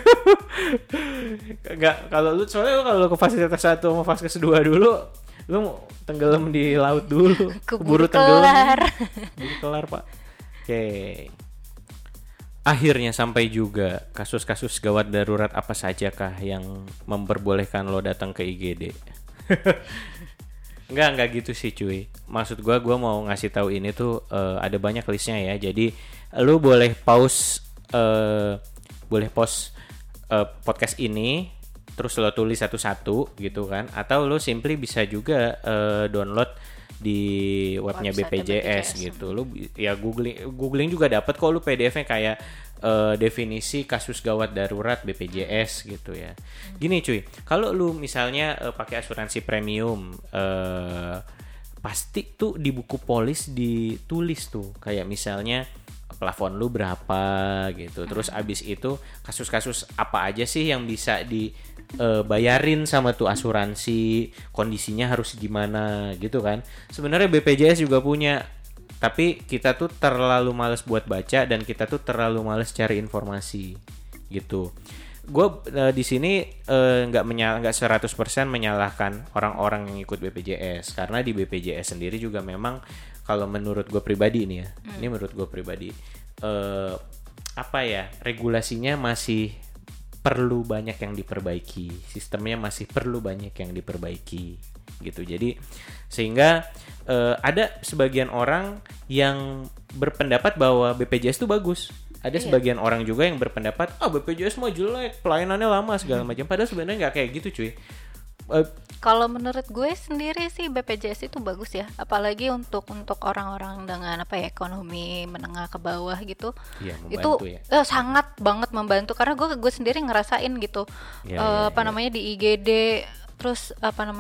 Kalau lu kalau ke fasilitas 1 sama vaskes 2 dulu, lu tenggelam di laut dulu. Keburu tenggelam. Keburu kelar, Pak. Oke. Akhirnya sampai juga kasus-kasus gawat darurat apa sajakah yang memperbolehkan lo datang ke IGD? Enggak gitu sih cuy. Maksud gue mau ngasih tahu ini tuh ada banyak listnya ya. Jadi lu boleh pause podcast ini, terus lo tulis satu-satu gitu kan, atau lo simply bisa juga download di webnya BPJS gitu. Lu ya googling juga dapat kok lu PDF-nya kayak definisi kasus gawat darurat BPJS gitu ya. Gini cuy, kalau lu misalnya pakai asuransi premium, pasti tuh di buku polis ditulis tuh kayak misalnya plafon lu berapa gitu. Terus abis itu kasus-kasus apa aja sih yang bisa dibayarin sama tuh asuransi, kondisinya harus gimana gitu kan. Sebenarnya BPJS juga punya, tapi kita tuh terlalu malas buat baca dan kita tuh terlalu malas cari informasi gitu. Gue di sini nggak 100% menyalahkan orang-orang yang ikut BPJS, karena di BPJS sendiri juga memang kalau menurut gue pribadi nih ya, ini menurut gue pribadi, regulasinya masih perlu banyak yang diperbaiki, sistemnya masih perlu banyak yang diperbaiki gitu. Jadi sehingga ada sebagian orang yang berpendapat bahwa BPJS itu bagus. Ada sebagian orang juga yang berpendapat BPJS mah jelek, pelayanannya lama segala macam. Padahal sebenarnya nggak kayak gitu cuy. Kalau menurut gue sendiri sih BPJS itu bagus ya, apalagi untuk orang-orang dengan ekonomi menengah ke bawah gitu. Ya, itu sangat banget membantu, karena gue sendiri ngerasain gitu. Di IGD, terus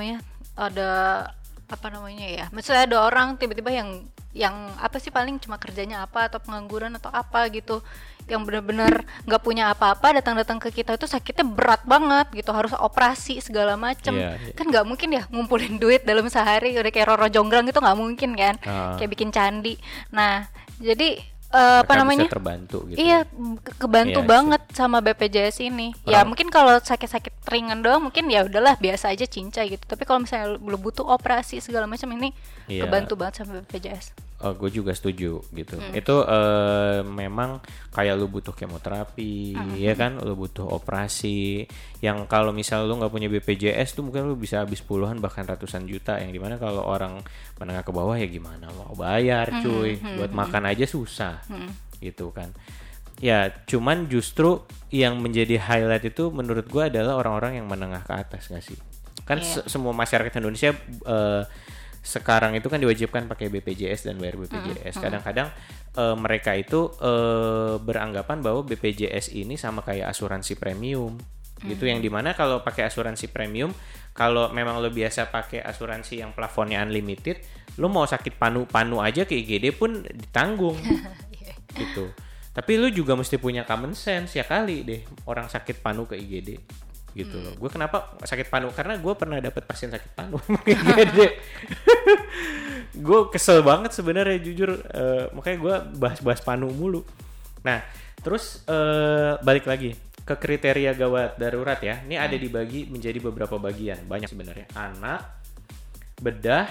maksudnya ada orang tiba-tiba yang apa sih paling cuma kerjanya apa atau pengangguran atau apa gitu, yang benar-benar nggak punya apa-apa datang-datang ke kita itu sakitnya berat banget gitu, harus operasi segala macem. Kan nggak mungkin ya ngumpulin duit dalam sehari udah kayak Roro Jonggrang gitu, nggak mungkin kan, kayak bikin candi. Nah jadi apa namanya, bisa terbantu gitu. Iya, kebantu banget sama BPJS ini. Ya mungkin kalau sakit-sakit ringan doang mungkin ya udahlah biasa aja cincai gitu. Tapi kalau misalnya lu butuh operasi segala macam ini kebantu banget sama BPJS. Gue juga setuju gitu. Itu memang kayak lu butuh kemoterapi, ya kan, lu butuh operasi. Yang kalau misal lu nggak punya BPJS tuh mungkin lu bisa habis puluhan bahkan ratusan juta. Yang dimana kalau orang menengah ke bawah ya gimana mau bayar cuy, buat makan aja susah, gitu kan. Ya cuman justru yang menjadi highlight itu menurut gue adalah orang-orang yang menengah ke atas nggak sih? Kan semua masyarakat Indonesia sekarang itu kan diwajibkan pakai BPJS dan bayar BPJS. Kadang-kadang mereka itu beranggapan bahwa BPJS ini sama kayak asuransi premium gitu, yang dimana kalau pakai asuransi premium, kalau memang lo biasa pakai asuransi yang plafonnya unlimited, lo mau sakit panu aja ke IGD pun ditanggung gitu. Tapi lu juga mesti punya common sense ya kali deh orang sakit panu ke IGD gitu loh. Gue kenapa sakit panu? Karena gue pernah dapet pasien sakit panu IGD. Gue kesel banget sebenarnya jujur, makanya gue bahas panu mulu. Nah terus balik lagi ke kriteria gawat darurat ya. Ini ada dibagi menjadi beberapa bagian, banyak sebenarnya. Anak, bedah,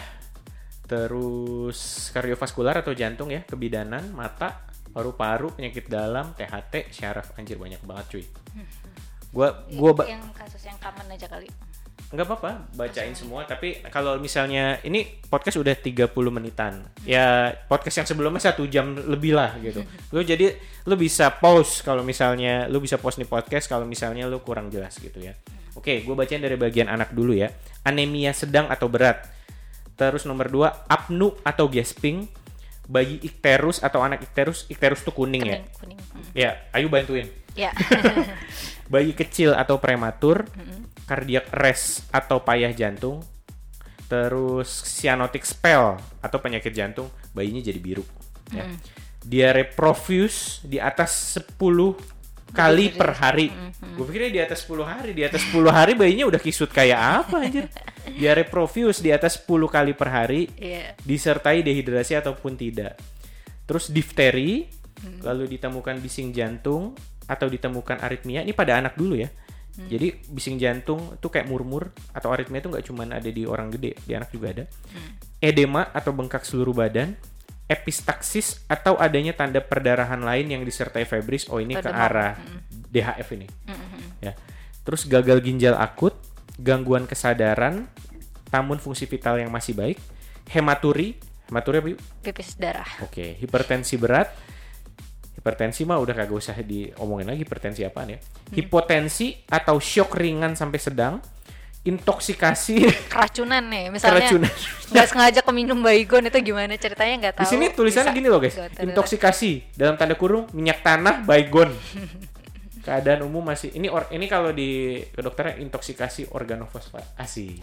terus kardiovaskular atau jantung ya, kebidanan, mata, paru-paru, penyakit dalam, THT, syaraf. Anjir banyak banget cuy. Gua yang kasus yang common aja kali. Enggak apa-apa, bacain semua. Tapi kalau misalnya ini podcast udah 30 menitan. Ya podcast yang sebelumnya 1 jam lebih lah gitu. Lu bisa pause kalau misalnya lu bisa pause nih podcast kalau misalnya lu kurang jelas gitu ya. Oke, gue bacain dari bagian anak dulu ya. Anemia sedang atau berat. Terus nomor 2, apnu atau gasping. Bayi ikterus atau anak ikterus tuh kuning ya. Kuning. Ya, ayo bantuin. Ya. Bayi kecil atau prematur, cardiac arrest atau payah jantung, terus cyanotic spell atau penyakit jantung, bayinya jadi biru. Ya. Diare profuse di atas 10 kali per hari. Gue pikirnya di atas 10 hari, di atas 10 hari bayinya udah kisut kayak apa anjir. Diare profuse di atas 10 kali per hari, disertai dehidrasi ataupun tidak. Terus difteri, lalu ditemukan bising jantung atau ditemukan aritmia. Ini pada anak dulu ya. Jadi bising jantung tuh kayak murmur atau aritmia tuh nggak cuma ada di orang gede, di anak juga ada. Edema atau bengkak seluruh badan, epistaksis atau adanya tanda perdarahan lain yang disertai febris. Oh ini ke arah DHF ini. Ya. Terus gagal ginjal akut, gangguan kesadaran, tamun fungsi vital yang masih baik, hematuri apa yuk? Pipis darah. Oke, hipertensi berat. Hipertensi mah udah kagak usah diomongin lagi, hipertensi apaan ya. Hipotensi atau shock ringan sampai sedang. Intoksikasi. Keracunan nih, misalnya nggak sengaja keminum baygon itu gimana ceritanya nggak tahu. Di sini tulisannya gini loh guys, intoksikasi dalam tanda kurung minyak tanah baygon. Keadaan umum masih ini kalau di kedokteran intoksikasi organofosfat. Asik.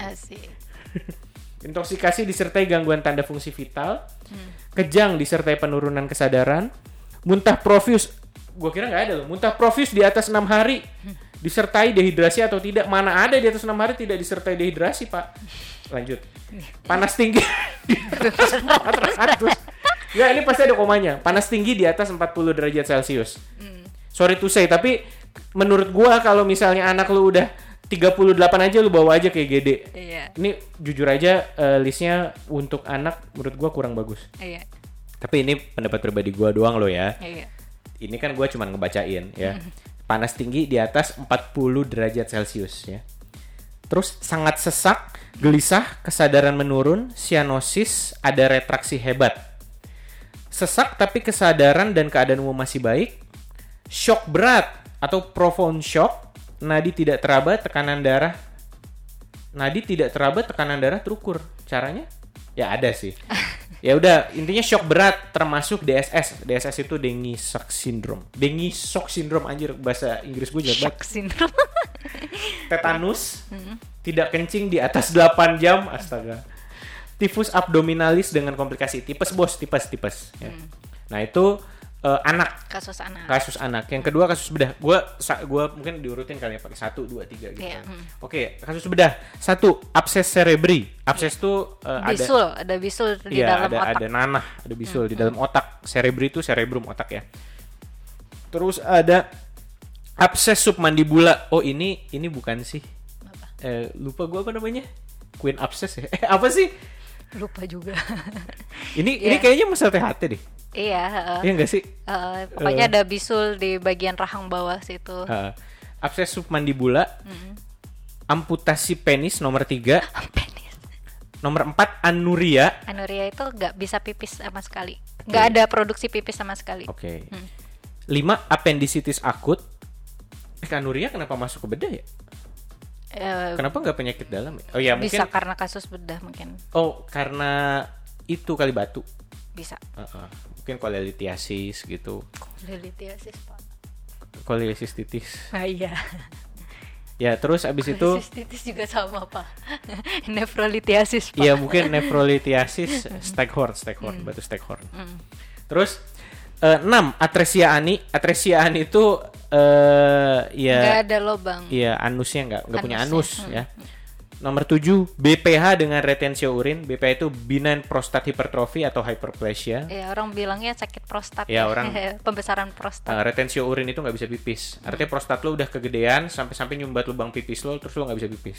Intoksikasi disertai gangguan tanda fungsi vital, kejang disertai penurunan kesadaran, muntah profuse. Gue kira nggak ada loh. Muntah profuse di atas 6 hari. Disertai dehidrasi atau tidak. Mana ada di atas 6 hari tidak disertai dehidrasi, Pak. Lanjut. Panas tinggi di atas 400. Ya, ini pasti ada komanya. Panas tinggi di atas 40 derajat Celcius. Sorry to say, tapi menurut gua kalau misalnya anak lu udah 38 aja lu bawa aja ke IGD. Iya. Ini jujur aja listnya untuk anak menurut gua kurang bagus. Iya. Tapi ini pendapat pribadi gua doang loh ya. Iya. Ini kan gua cuma ngebacain ya. Panas tinggi di atas 40 derajat Celcius ya. Terus sangat sesak, gelisah, kesadaran menurun, cyanosis, ada retraksi hebat. Sesak tapi kesadaran dan keadaan umum masih baik. Shock berat atau profound shock, nadi tidak teraba, tekanan darah terukur. Caranya? Ya ada sih. Ya udah, intinya shock berat termasuk DSS. DSS itu Dengue Shock Syndrome. Dengue Shock Syndrome, anjir bahasa Inggris gue jelek banget. Shock syndrome. Tetanus, tidak kencing di atas 8 jam, astaga. Tifus abdominalis dengan komplikasi tipes, bos, tipes. Ya. Nah itu anak. Kasus anak. Yang kedua kasus bedah. Gua mungkin diurutin kali ya pakai 1, 2, 3 gitu. Iya, Oke, kasus bedah. 1, abses cerebri. Abses tuh ada bisul di dalam otak. Ada nanah, ada bisul di dalam otak. Cerebri itu cerebrum otak ya. Terus ada abses submandibula. Oh, ini bukan sih. Lupa gua apa namanya? Queen abscess ya. Apa sih? Lupa juga. Ini kayaknya masalah THT deh. Iya, iya nggak sih? Pokoknya ada bisul di bagian rahang bawah situ. Abses submandibula, amputasi penis nomor 3. Penis. Nomor 4, anuria. Anuria itu nggak bisa pipis sama sekali. Nggak ada produksi pipis sama sekali. Oke. 5, appendicitis akut. Anuria kenapa masuk ke bedah ya? Kenapa nggak penyakit dalam ya? Oh ya mungkin. Bisa karena kasus bedah mungkin. Oh, karena itu kali batu. Bisa. Mungkin kolelitiasis gitu. Kolelitiasis, Pak. Kolelititis. Iya. Ya, terus abis itu kolelititis juga sama, Pak. Nefrolitiasis, Pak. Iya, mungkin nefrolitiasis Staghorn, batu Staghorn. Terus 6, atresia ani. Atresia ani itu ya nggak ada lubang. Iya, anusnya nggak punya anus ya. Nomor 7, BPH dengan retensio urin. BPH itu benign prostat hypertrophy atau hyperplasia. Ya, orang bilangnya sakit prostat. Ya, orang pembesaran prostat. Retensio urin itu nggak bisa pipis. Artinya prostat lo udah kegedean sampai nyumbat lubang pipis lo, terus lo nggak bisa pipis.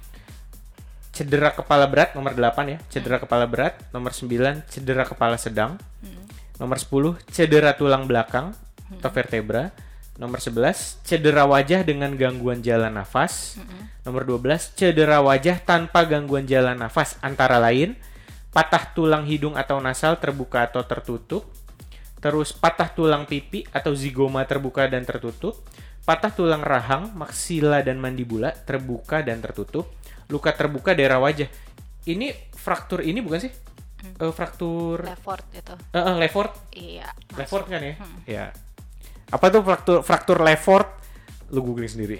Cedera kepala berat nomor 8 ya. Cedera kepala berat. Nomor 9, cedera kepala sedang. Nomor 10, cedera tulang belakang atau vertebra. Nomor 11, cedera wajah dengan gangguan jalan nafas. Nomor 12, cedera wajah tanpa gangguan jalan nafas, antara lain patah tulang hidung atau nasal terbuka atau tertutup. Terus patah tulang pipi atau zigoma terbuka dan tertutup. Patah tulang rahang, maksila dan mandibula terbuka dan tertutup. Luka terbuka daerah wajah. Ini fraktur ini bukan sih? Fraktur Lefort itu. Lefort. Iya. Lefort kan ya? Ya. Apa tuh fraktur Lefort? Lu googling sendiri.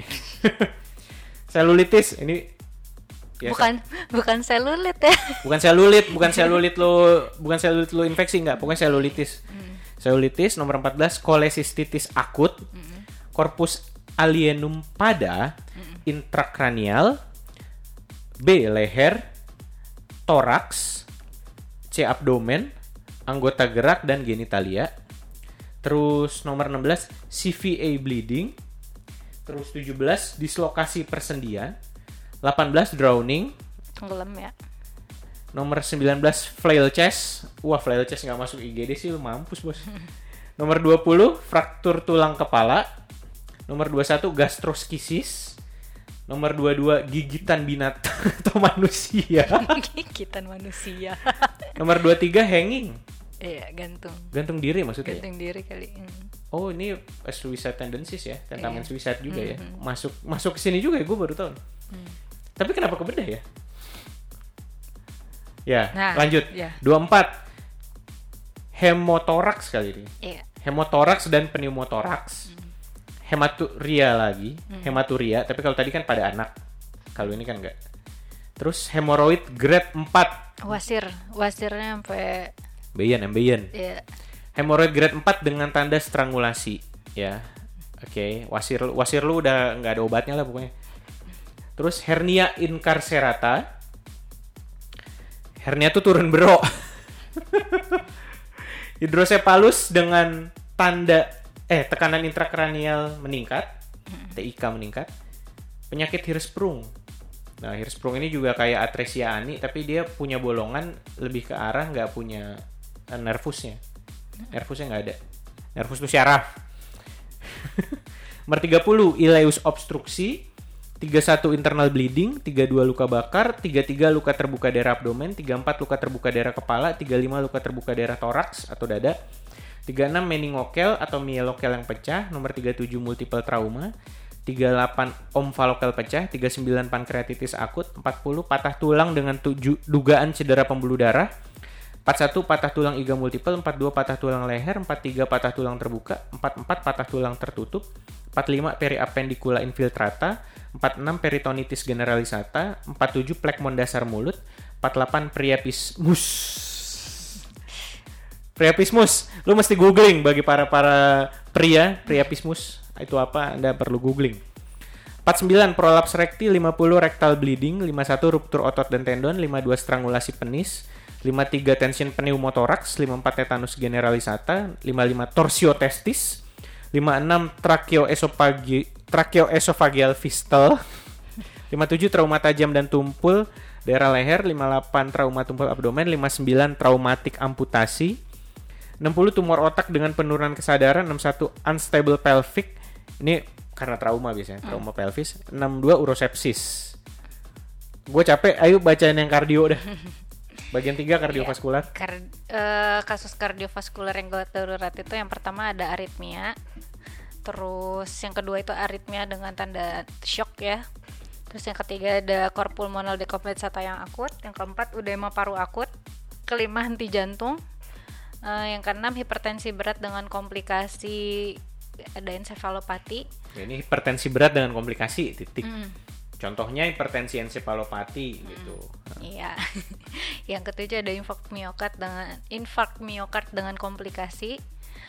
Selulitis ini ya, bukan selulit ya. bukan selulit lo infeksi enggak, pokoknya selulitis. Selulitis. Nomor 14, kolesistitis akut. Corpus alienum pada intrakranial. B, leher. Toraks. C, abdomen, anggota gerak dan genitalia. Terus nomor 16, CVA bleeding. Terus 17, dislokasi persendian. 18, drowning. Tenggelam ya. Nomor 19, flail chest. Wah, flail chest nggak masuk IGD sih, lu mampus bos. Nomor 20, fraktur tulang kepala. Nomor 21, gastroskisis. Nomor 22, gigitan binatang atau manusia. Gigitan manusia. Nomor 23, hanging. Iya, gantung. Gantung diri maksudnya. Gantung diri kali. Oh, ini suicide tendencies ya, tentamen suicide juga ya. Masuk ke sini juga ya, gue baru tahu. Tapi kenapa ke bedah ya? Ya, lanjut. Ya. 24. Hemotoraks kali ini. Iya. Hemotoraks dan pneumotoraks. Hematuria lagi, hematuria, tapi kalau tadi kan pada anak. Kalau ini kan enggak. Terus hemoroid grade 4. Wasirnya sampai Ambeien. Iya. Hemoroid grade 4 dengan tanda strangulasi, ya. Oke, wasir lu udah enggak ada obatnya lah pokoknya. Terus hernia incarcerata. Hernia tuh turun bro. Hidrocephalus dengan tanda tekanan intrakranial meningkat, TIK meningkat. Penyakit Hirschsprung. Nah, Hirschsprung ini juga kayak atresia ani, tapi dia punya bolongan lebih ke arah nggak punya nervusnya. Nervusnya nggak ada. Nervus itu syaraf. Nomor 30, ileus obstruksi. 31 internal bleeding, 32 luka bakar, 33 luka terbuka daerah abdomen, 34 luka terbuka daerah kepala, 35 luka terbuka daerah toraks atau dada. 36 meningokel atau mielokel yang pecah. Nomor 37 multiple trauma. 38 omfalokel pecah. 39 pankreatitis akut. 40 patah tulang dengan dugaan cedera pembuluh darah. 41 patah tulang iga multiple. 42 patah tulang leher. 43 patah tulang terbuka. 44 patah tulang tertutup. 45 periapendicula infiltrata. 46 peritonitis generalisata. 47 plekmon dasar mulut. 48 priapismus. Priapismus. Lu mesti googling bagi para pria, priapismus itu apa? Anda perlu googling. 49 prolaps rekti, 50 rectal bleeding, 51 ruptur otot dan tendon, 52 strangulasi penis, 53 tension pneumotoraks, 54 tetanus generalisata, 55 torsio testis, 56 tracheoesophageal fistule, 57 trauma tajam dan tumpul daerah leher, 58 trauma tumpul abdomen, 59 traumatik amputasi, 60 tumor otak dengan penurunan kesadaran, 61 unstable pelvic. Ini karena trauma biasanya, trauma pelvis. 62 urosepsis. Gue capek, ayo bacain yang kardio dah. Bagian 3 kardiovaskular. Kasus kardiovaskular yang gawat darurat itu yang pertama ada aritmia. Terus yang kedua itu aritmia dengan tanda shock ya. Terus yang ketiga ada cor pulmonal decompensata yang akut. Yang keempat udema paru akut. Kelima henti jantung. Yang keenam hipertensi berat dengan komplikasi ada ensefalopati. Ya, ini hipertensi berat dengan komplikasi titik. Contohnya hipertensi ensefalopati gitu. Iya. Yang ketujuh ada infark miokard dengan komplikasi.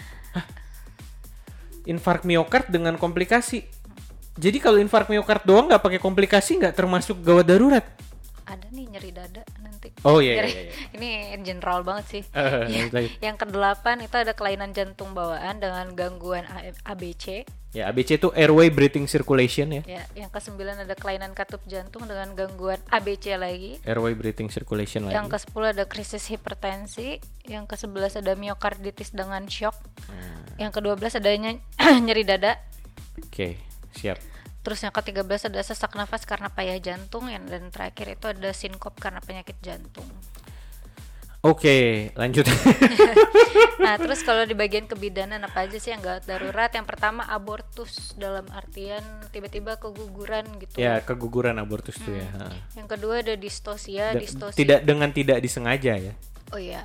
Infark miokard dengan komplikasi. Jadi kalau infark miokard doang nggak pakai komplikasi nggak termasuk gawat darurat? Ada nih nyeri dada nanti. Oh iya. Ini general banget sih. Yang kedelapan itu ada kelainan jantung bawaan dengan gangguan ABC. Ya, ABC itu airway breathing circulation ya. Ya, yang ke-9 ada kelainan katup jantung dengan gangguan ABC lagi. Airway breathing circulation lagi. Yang ke-10 ada krisis hipertensi. Yang ke-11 ada miokarditis dengan shock. Yang ke-12 ada nyeri dada. Oke, siap. Terus yang ke-13 ada sesak nafas karena payah jantung. Dan terakhir itu ada sinkop karena penyakit jantung. Oke, lanjut. Nah, terus kalau di bagian kebidanan apa aja sih yang gawat darurat? Yang pertama abortus dalam artian tiba-tiba keguguran gitu. Ya, keguguran abortus tuh ya. Yang kedua ada distosia. Tidak disengaja ya. Oh iya.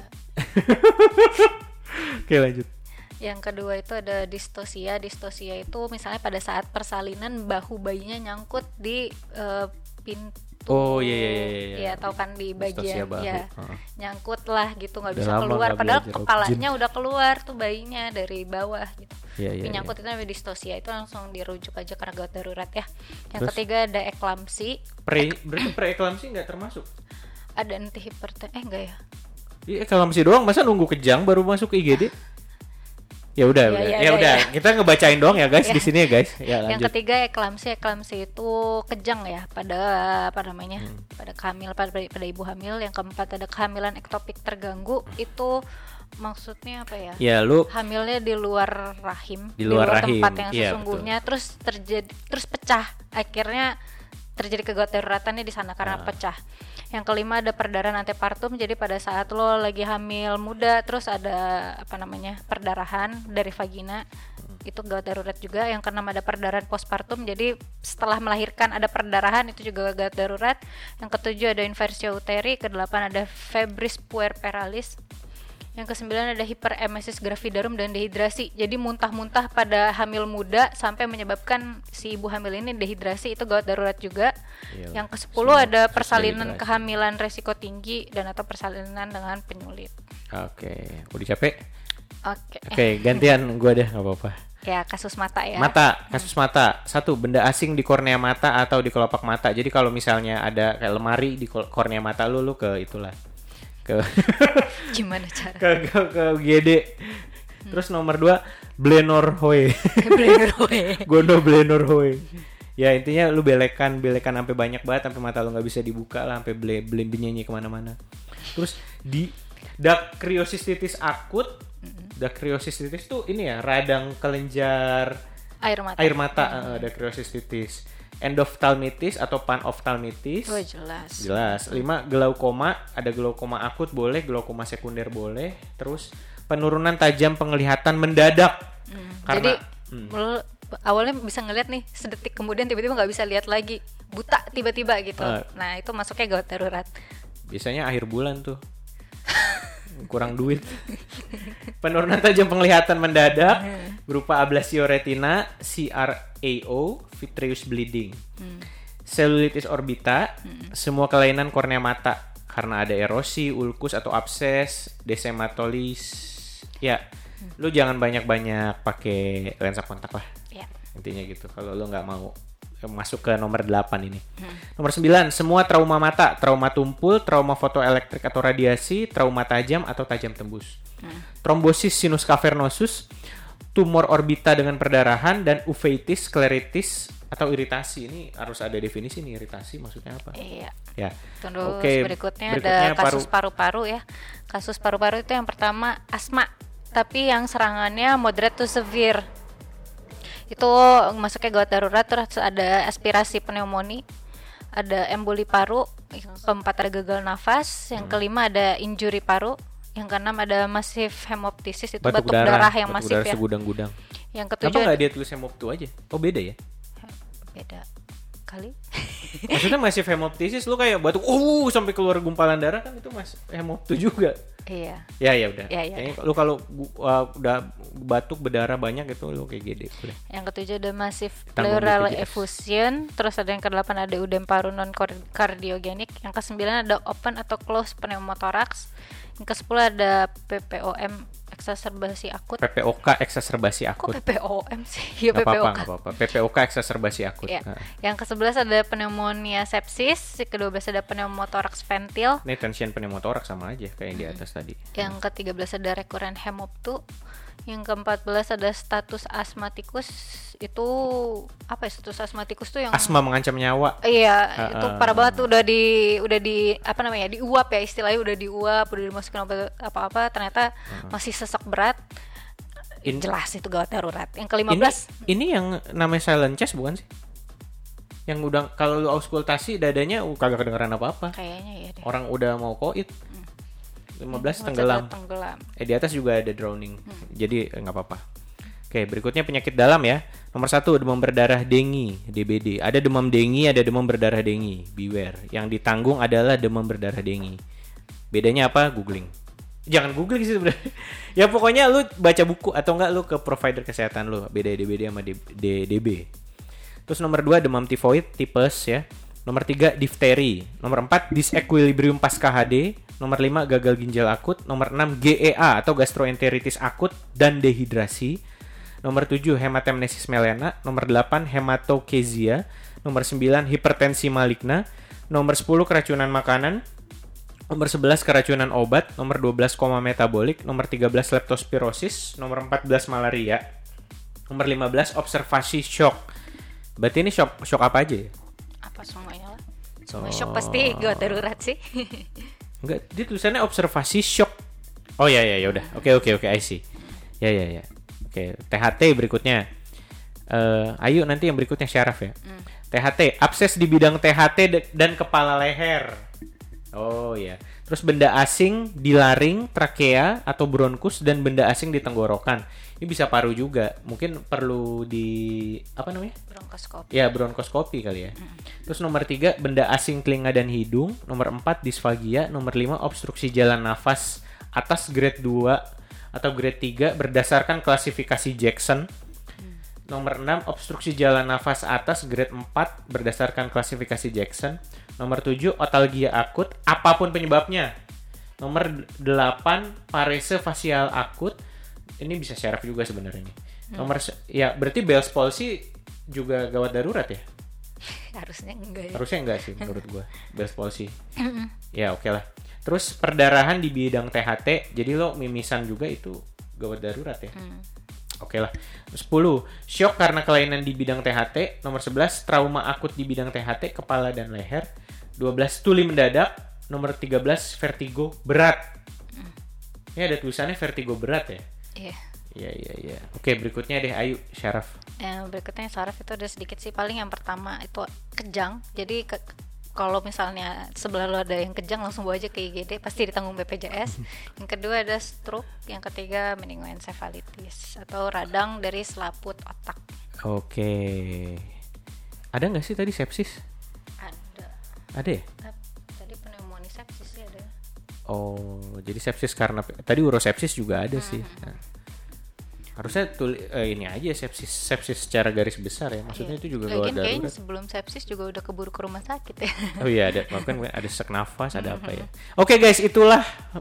Oke, lanjut. Yang kedua itu ada distosia. Distosia itu misalnya pada saat persalinan bahu bayinya nyangkut di pintu. Oh iya. Ya, tahu kan di bagian ya. Nyangkut lah gitu, nggak bisa Lama keluar gak padahal belajar kepalanya udah keluar tuh bayinya dari bawah gitu. Iya. Nyangkut itu namanya distosia, itu langsung dirujuk aja karena gawat darurat ya. Yang Terus? ketiga ada eklamsi. Berarti preeklamsi nggak termasuk? Ada anti hipertensi enggak ya? Iya, eklamsi doang, masa nunggu kejang baru masuk ke IGD? Ya udah. Kita ngebacain doang ya guys di sini ya guys. Ya, lanjut. Yang ketiga eklamsi itu kejang ya pada pada ibu hamil. Yang keempat ada kehamilan ektopik terganggu. Itu maksudnya apa ya? Ya, lu hamilnya di luar rahim, di luar rahim, tempat yang iya, sesungguhnya, terus pecah. Akhirnya terjadi kegawat daruratannya di sana karena pecah. Yang kelima ada perdarahan antepartum. Jadi pada saat lo lagi hamil muda terus ada perdarahan dari vagina, itu gawat darurat juga. Yang keenam ada perdarahan postpartum. Jadi setelah melahirkan ada perdarahan, itu juga gawat darurat. Yang ketujuh ada inversio uteri. Kedelapan ada febris puerperalis. Yang ke-9 ada hiperemesis gravidarum dan dehidrasi. Jadi muntah-muntah pada hamil muda sampai menyebabkan si ibu hamil ini dehidrasi, itu gawat darurat juga. Iyalah. Yang ke-10 ada persalinan kehamilan resiko tinggi dan atau persalinan dengan penyulit. Oke, udah capek? Oke, gantian gue deh, nggak apa-apa. Ya, kasus mata ya. Kasus mata. 1, benda asing di kornea mata atau di kelopak mata. Jadi kalau misalnya ada kayak lemari di kornea mata lu ke itulah. Gimana cara? Ke UGD. Terus nomor 2 Blenorhoe. Gono Blenorhoe. Ya intinya lu belekan sampai banyak banget sampai mata lu nggak bisa dibuka lah, sampai benyenyi kemana-mana. Terus di dacryocystitis akut. Dacryocystitis tuh ini ya, radang kelenjar air mata. Dacryocystitis. Endophthalmitis atau panophthalmitis. Oh, jelas. 5, glaukoma, ada glaukoma akut boleh, glaukoma sekunder boleh. Terus penurunan tajam penglihatan mendadak. Karena jadi awalnya bisa ngeliat nih, sedetik kemudian tiba-tiba nggak bisa lihat lagi, buta tiba-tiba gitu. Nah itu masuknya gawat darurat. Biasanya akhir bulan tuh. Kurang duit. Penurunan tajam penglihatan mendadak berupa ablasio retina, CRAO, vitreous bleeding, cellulitis orbita, semua kelainan kornea mata karena ada erosi, ulkus atau abses, Ya, lu jangan banyak-banyak pakai lensa kontak lah. Ya. Intinya gitu. Kalau lu nggak mau masuk ke nomor 8 ini. Nomor 9, semua trauma mata, trauma tumpul, trauma fotoelektrik atau radiasi, trauma tajam atau tajam tembus. Trombosis sinus cavernosus, tumor orbita dengan perdarahan, dan uveitis, skleritis atau iritasi. Ini harus ada definisi nih, iritasi maksudnya apa? Iya. Ya. Terus Oke, berikutnya ada kasus paru-paru ya. Kasus paru-paru itu yang pertama asma, tapi yang serangannya moderate to severe. Itu masuknya gawat darurat, terus ada aspirasi pneumonia, ada emboli paru, yang keempat ada gagal nafas, yang kelima ada injury paru, yang keenam ada masif hemoptysis, itu batuk darah yang batuk masif darah ya. segudang-gudang. Yang Kenapa ketujuh nggak dia tulis hemoptu aja? Oh beda ya? beda kali. Maksudnya masif hemoptysis lu kayak batuk sampai keluar gumpalan darah kan itu masih hemoptu juga. Iya. Ya udah. Ya. Kayaknya lu kalau udah batuk berdarah banyak itu lu kayak gede boleh. Yang ketujuh ada masif Tanggung pleural BPJS. effusion, terus ada yang kedelapan ada udem paru non kardiogenik, yang kesembilan ada open atau close pneumothorax, yang kesepuluh ada PPOM eksaserbasi akut. PPOK eksaserbasi Kok akut. PPOM sih? Ya Nggak PPOK. apa-apa. PPOK eksaserbasi akut. Ya. Nah, Yang ke-11 ada pneumonia sepsis, yang ke-12 ada pneumothorax ventil, ini tension pneumotoraks sama aja kayak yang di atas tadi. yang ke-13 ada recurrent hemoptu, yang ke-14 ada status asmatikus. Itu apa ya status asmatikus tuh yang Asma mengancam nyawa. Iya, itu parah banget tuh udah di apa namanya? Diuap ya istilahnya, udah diuap, udah dimasukin apa-apa ternyata masih sesak berat. Jelas itu gawat darurat. Yang ke-15 Ini yang namanya silent chest bukan sih? Yang udah kalau lu auskultasi dadanya kagak kedengeran apa-apa. kayaknya ya deh. Orang udah mau koit. 15 Nggak tenggelam. tenggelam. Di atas juga ada drowning. Jadi nggak apa-apa. Oke, berikutnya penyakit dalam ya. Nomor 1 demam berdarah dengue, DBD. Ada demam dengue, ada demam berdarah dengue. Beware. Yang ditanggung adalah demam berdarah dengue. Bedanya apa? Googling. Jangan googling sih sebenarnya. Ya pokoknya lu baca buku atau enggak lu ke provider kesehatan lu. Beda DBD sama DB. Terus nomor 2 demam tifoid, tipes ya. Nomor 3 difteri. Nomor 4 disequilibrium pasca HD. Nomor 5 gagal ginjal akut. Nomor 6 GEA atau gastroenteritis akut dan dehidrasi. Nomor 7 hematemnesis melena. Nomor 8 hematokezia. Nomor 9 hipertensi maligna. Nomor 10 keracunan makanan. Nomor 11 keracunan obat. Nomor 12 koma metabolik. Nomor 13 leptospirosis. Nomor 14 malaria. Nomor 15 observasi shock. Berarti ini shock apa aja ya? Apa semuanya lah. Semua shock pasti gawat darurat sih. Enggak, dia tulisannya observasi shock. Oh ya udah. Oke, I see. Ya. Oke, THT berikutnya. Ayo nanti yang berikutnya Syaraf ya. THT, abses di bidang THT dan kepala leher. Oh ya. Terus benda asing di laring, trakea atau bronkus dan benda asing di tenggorokan. Ini bisa paru juga. Mungkin perlu di apa namanya? Bronkoskopi. Ya, bronkoskopi kali ya. Terus nomor 3 benda asing telinga dan hidung. Nomor 4 disfagia. Nomor 5 obstruksi jalan nafas atas grade 2 atau grade 3 berdasarkan klasifikasi Jackson. Nomor 6 obstruksi jalan nafas atas grade 4 berdasarkan klasifikasi Jackson. Nomor 7 otalgia akut apapun penyebabnya. Nomor 8 parese fasial akut. Ini bisa syaraf juga sebenarnya nih. Ya berarti Bell's palsy juga gawat darurat ya? Harusnya enggak ya. Harusnya enggak sih menurut gua. Bell's palsy. Ya oke lah. Terus perdarahan di bidang THT. Jadi lo mimisan juga itu gawat darurat ya. Oke lah. 10 shock karena kelainan di bidang THT. Nomor 11 trauma akut di bidang THT kepala dan leher. 12 tuli mendadak. Nomor 13 vertigo berat. Ini ada tulisannya vertigo berat ya. Iya. Oke, berikutnya deh Ayu Syaraf. Berikutnya Syaraf itu ada sedikit sih, paling yang pertama itu kejang. Jadi kalau misalnya sebelah lo ada yang kejang langsung bawa aja ke IGD, pasti ditanggung BPJS. Yang kedua ada stroke, yang ketiga meningoencephalitis atau radang dari selaput otak. Oke. Ada nggak sih tadi sepsis? Ada ya? Tadi pneumonia sepsis sih ada. Oh, jadi sepsis karena tadi urosepsis juga ada sih. Nah. Harusnya ini aja sepsis secara garis besar ya. Maksudnya itu juga gawat Lagian kayaknya darurat. sebelum sepsis juga udah keburu ke rumah sakit ya. Oh iya ada, bahkan ada sesak nafas, ada apa ya. Oke guys, itulah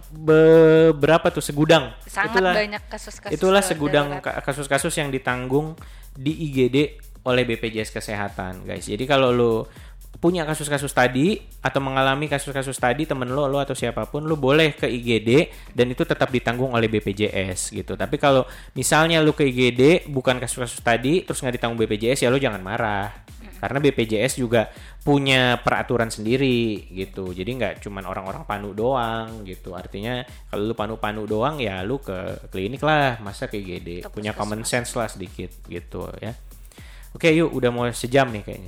beberapa tuh segudang. Sangat banyak kasus-kasus. Itulah segudang kasus-kasus yang ditanggung di IGD oleh BPJS Kesehatan, guys. Jadi kalau lu punya kasus-kasus tadi atau mengalami kasus-kasus tadi, temen lo atau siapapun, lo boleh ke IGD dan itu tetap ditanggung oleh BPJS gitu. Tapi kalau misalnya lo ke IGD bukan kasus-kasus tadi terus nggak ditanggung BPJS, ya lo jangan marah. Karena BPJS juga punya peraturan sendiri gitu. Jadi nggak cuman orang-orang panu doang gitu. Artinya kalau lu panu-panu doang ya lu ke klinik lah, masa ke IGD. Punya common sense lah sedikit gitu ya. Oke, yuk udah mau sejam nih kayaknya.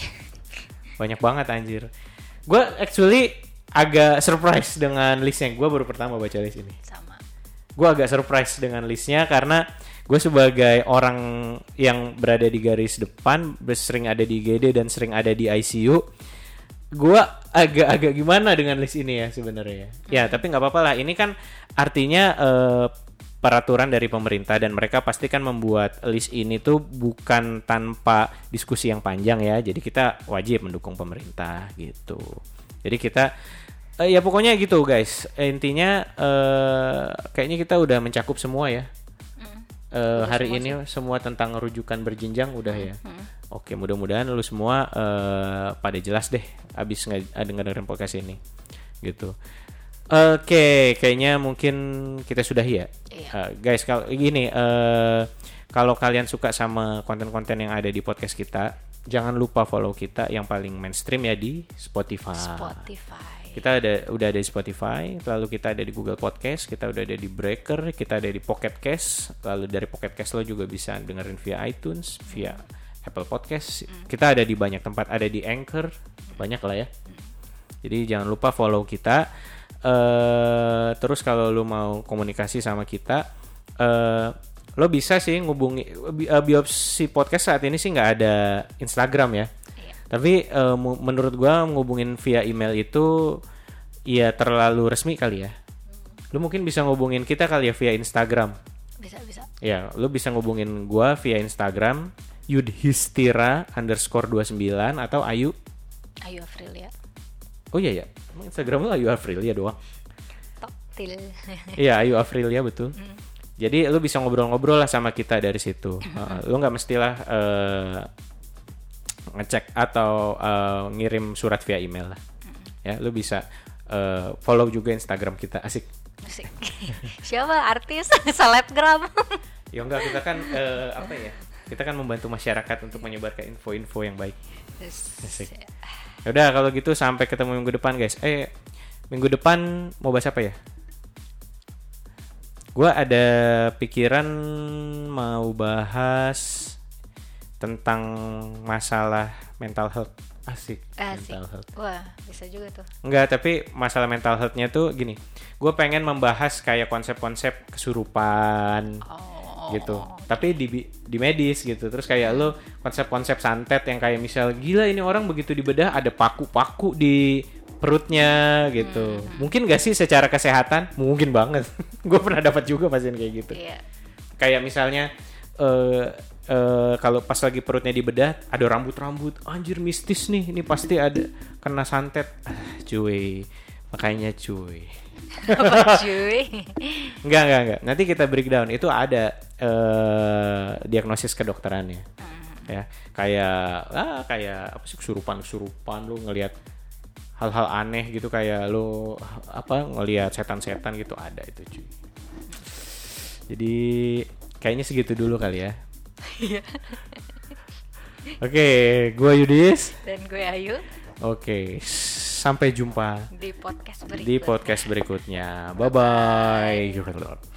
Banyak banget anjir. Gue actually agak surprise dengan listnya. Gue baru pertama baca list ini. Sama. Gue agak surprise dengan listnya karena gue sebagai orang yang berada di garis depan, sering ada di IGD dan sering ada di ICU, gue agak gimana dengan list ini ya sebenarnya. Ya tapi nggak apa-apa lah. Ini kan artinya peraturan dari pemerintah dan mereka pasti kan membuat list ini tuh bukan tanpa diskusi yang panjang ya. Jadi kita wajib mendukung pemerintah gitu. Jadi kita ya pokoknya gitu guys. Intinya kayaknya kita udah mencakup semua ya. Hari ini semua tentang rujukan berjenjang udah ya. Oke, mudah-mudahan lu semua pada jelas deh abis dengerin podcast ini gitu. Oke, kayaknya mungkin kita sudahi ya. Guys, kalau gini, kalau kalian suka sama konten-konten yang ada di podcast kita, jangan lupa follow kita yang paling mainstream ya di Spotify. Kita udah ada di Spotify, lalu kita ada di Google Podcast, kita udah ada di Breaker, kita ada di Pocket Cast, lalu dari Pocket Cast lo juga bisa dengerin via iTunes, via Apple Podcast. Kita ada di banyak tempat, ada di Anchor, banyak lah ya. Jadi jangan lupa follow kita. Terus kalau lu mau komunikasi sama kita, lo bisa sih ngubungi Biopsi Podcast saat ini sih nggak ada Instagram ya. Tapi menurut gua ngubungin via email itu ya terlalu resmi kali ya. Lu mungkin bisa ngubungin kita kali ya via Instagram. Bisa. Ya, lu bisa ngubungin gua via Instagram Yudhistira_29 atau Ayu Afrilia. Oh iya ya, emang Instagram lu Ayu Afrilia doang. Toktil. Iya, Ayu Afrilia betul. Jadi lu bisa ngobrol-ngobrol lah sama kita dari situ. Lu nggak mestilah ngecek atau ngirim surat via email lah. Ya, lu bisa follow juga Instagram kita. Asik. Siapa artis selebgram? Ya enggak, kita kan apa ya? Kita kan membantu masyarakat untuk menyebarkan info-info yang baik. Asik. Yaudah kalau gitu sampai ketemu minggu depan guys. Minggu depan mau bahas apa ya? Gue ada pikiran mau bahas tentang masalah mental health. Asik. Mental health. Wah, bisa juga tuh. Enggak, tapi masalah mental health-nya tuh gini. Gue pengen membahas kayak konsep-konsep kesurupan. Gitu. Tapi di medis gitu. Terus kayak lo konsep-konsep santet yang kayak misal gila ini orang begitu dibedah ada paku-paku di perutnya gitu. Mungkin gak sih secara kesehatan? Mungkin banget. Gue pernah dapat juga pasien kayak gitu. Kayak misalnya kalau pas lagi perutnya dibedah ada rambut-rambut. Anjir mistis nih. Ini pasti ada kena santet. Cuy. Makanya cuy. Apa cuy? Enggak. Nanti kita breakdown. Itu ada diagnosis kedokterannya. Ya, kayak apa sih kesurupan lu ngelihat hal-hal aneh gitu kayak lu ngelihat setan-setan gitu ada itu cuy. Jadi kayaknya segitu dulu kali ya. Oke, gue Yudis dan gue Ayu. Oke, sampai jumpa di podcast berikutnya. Bye bye.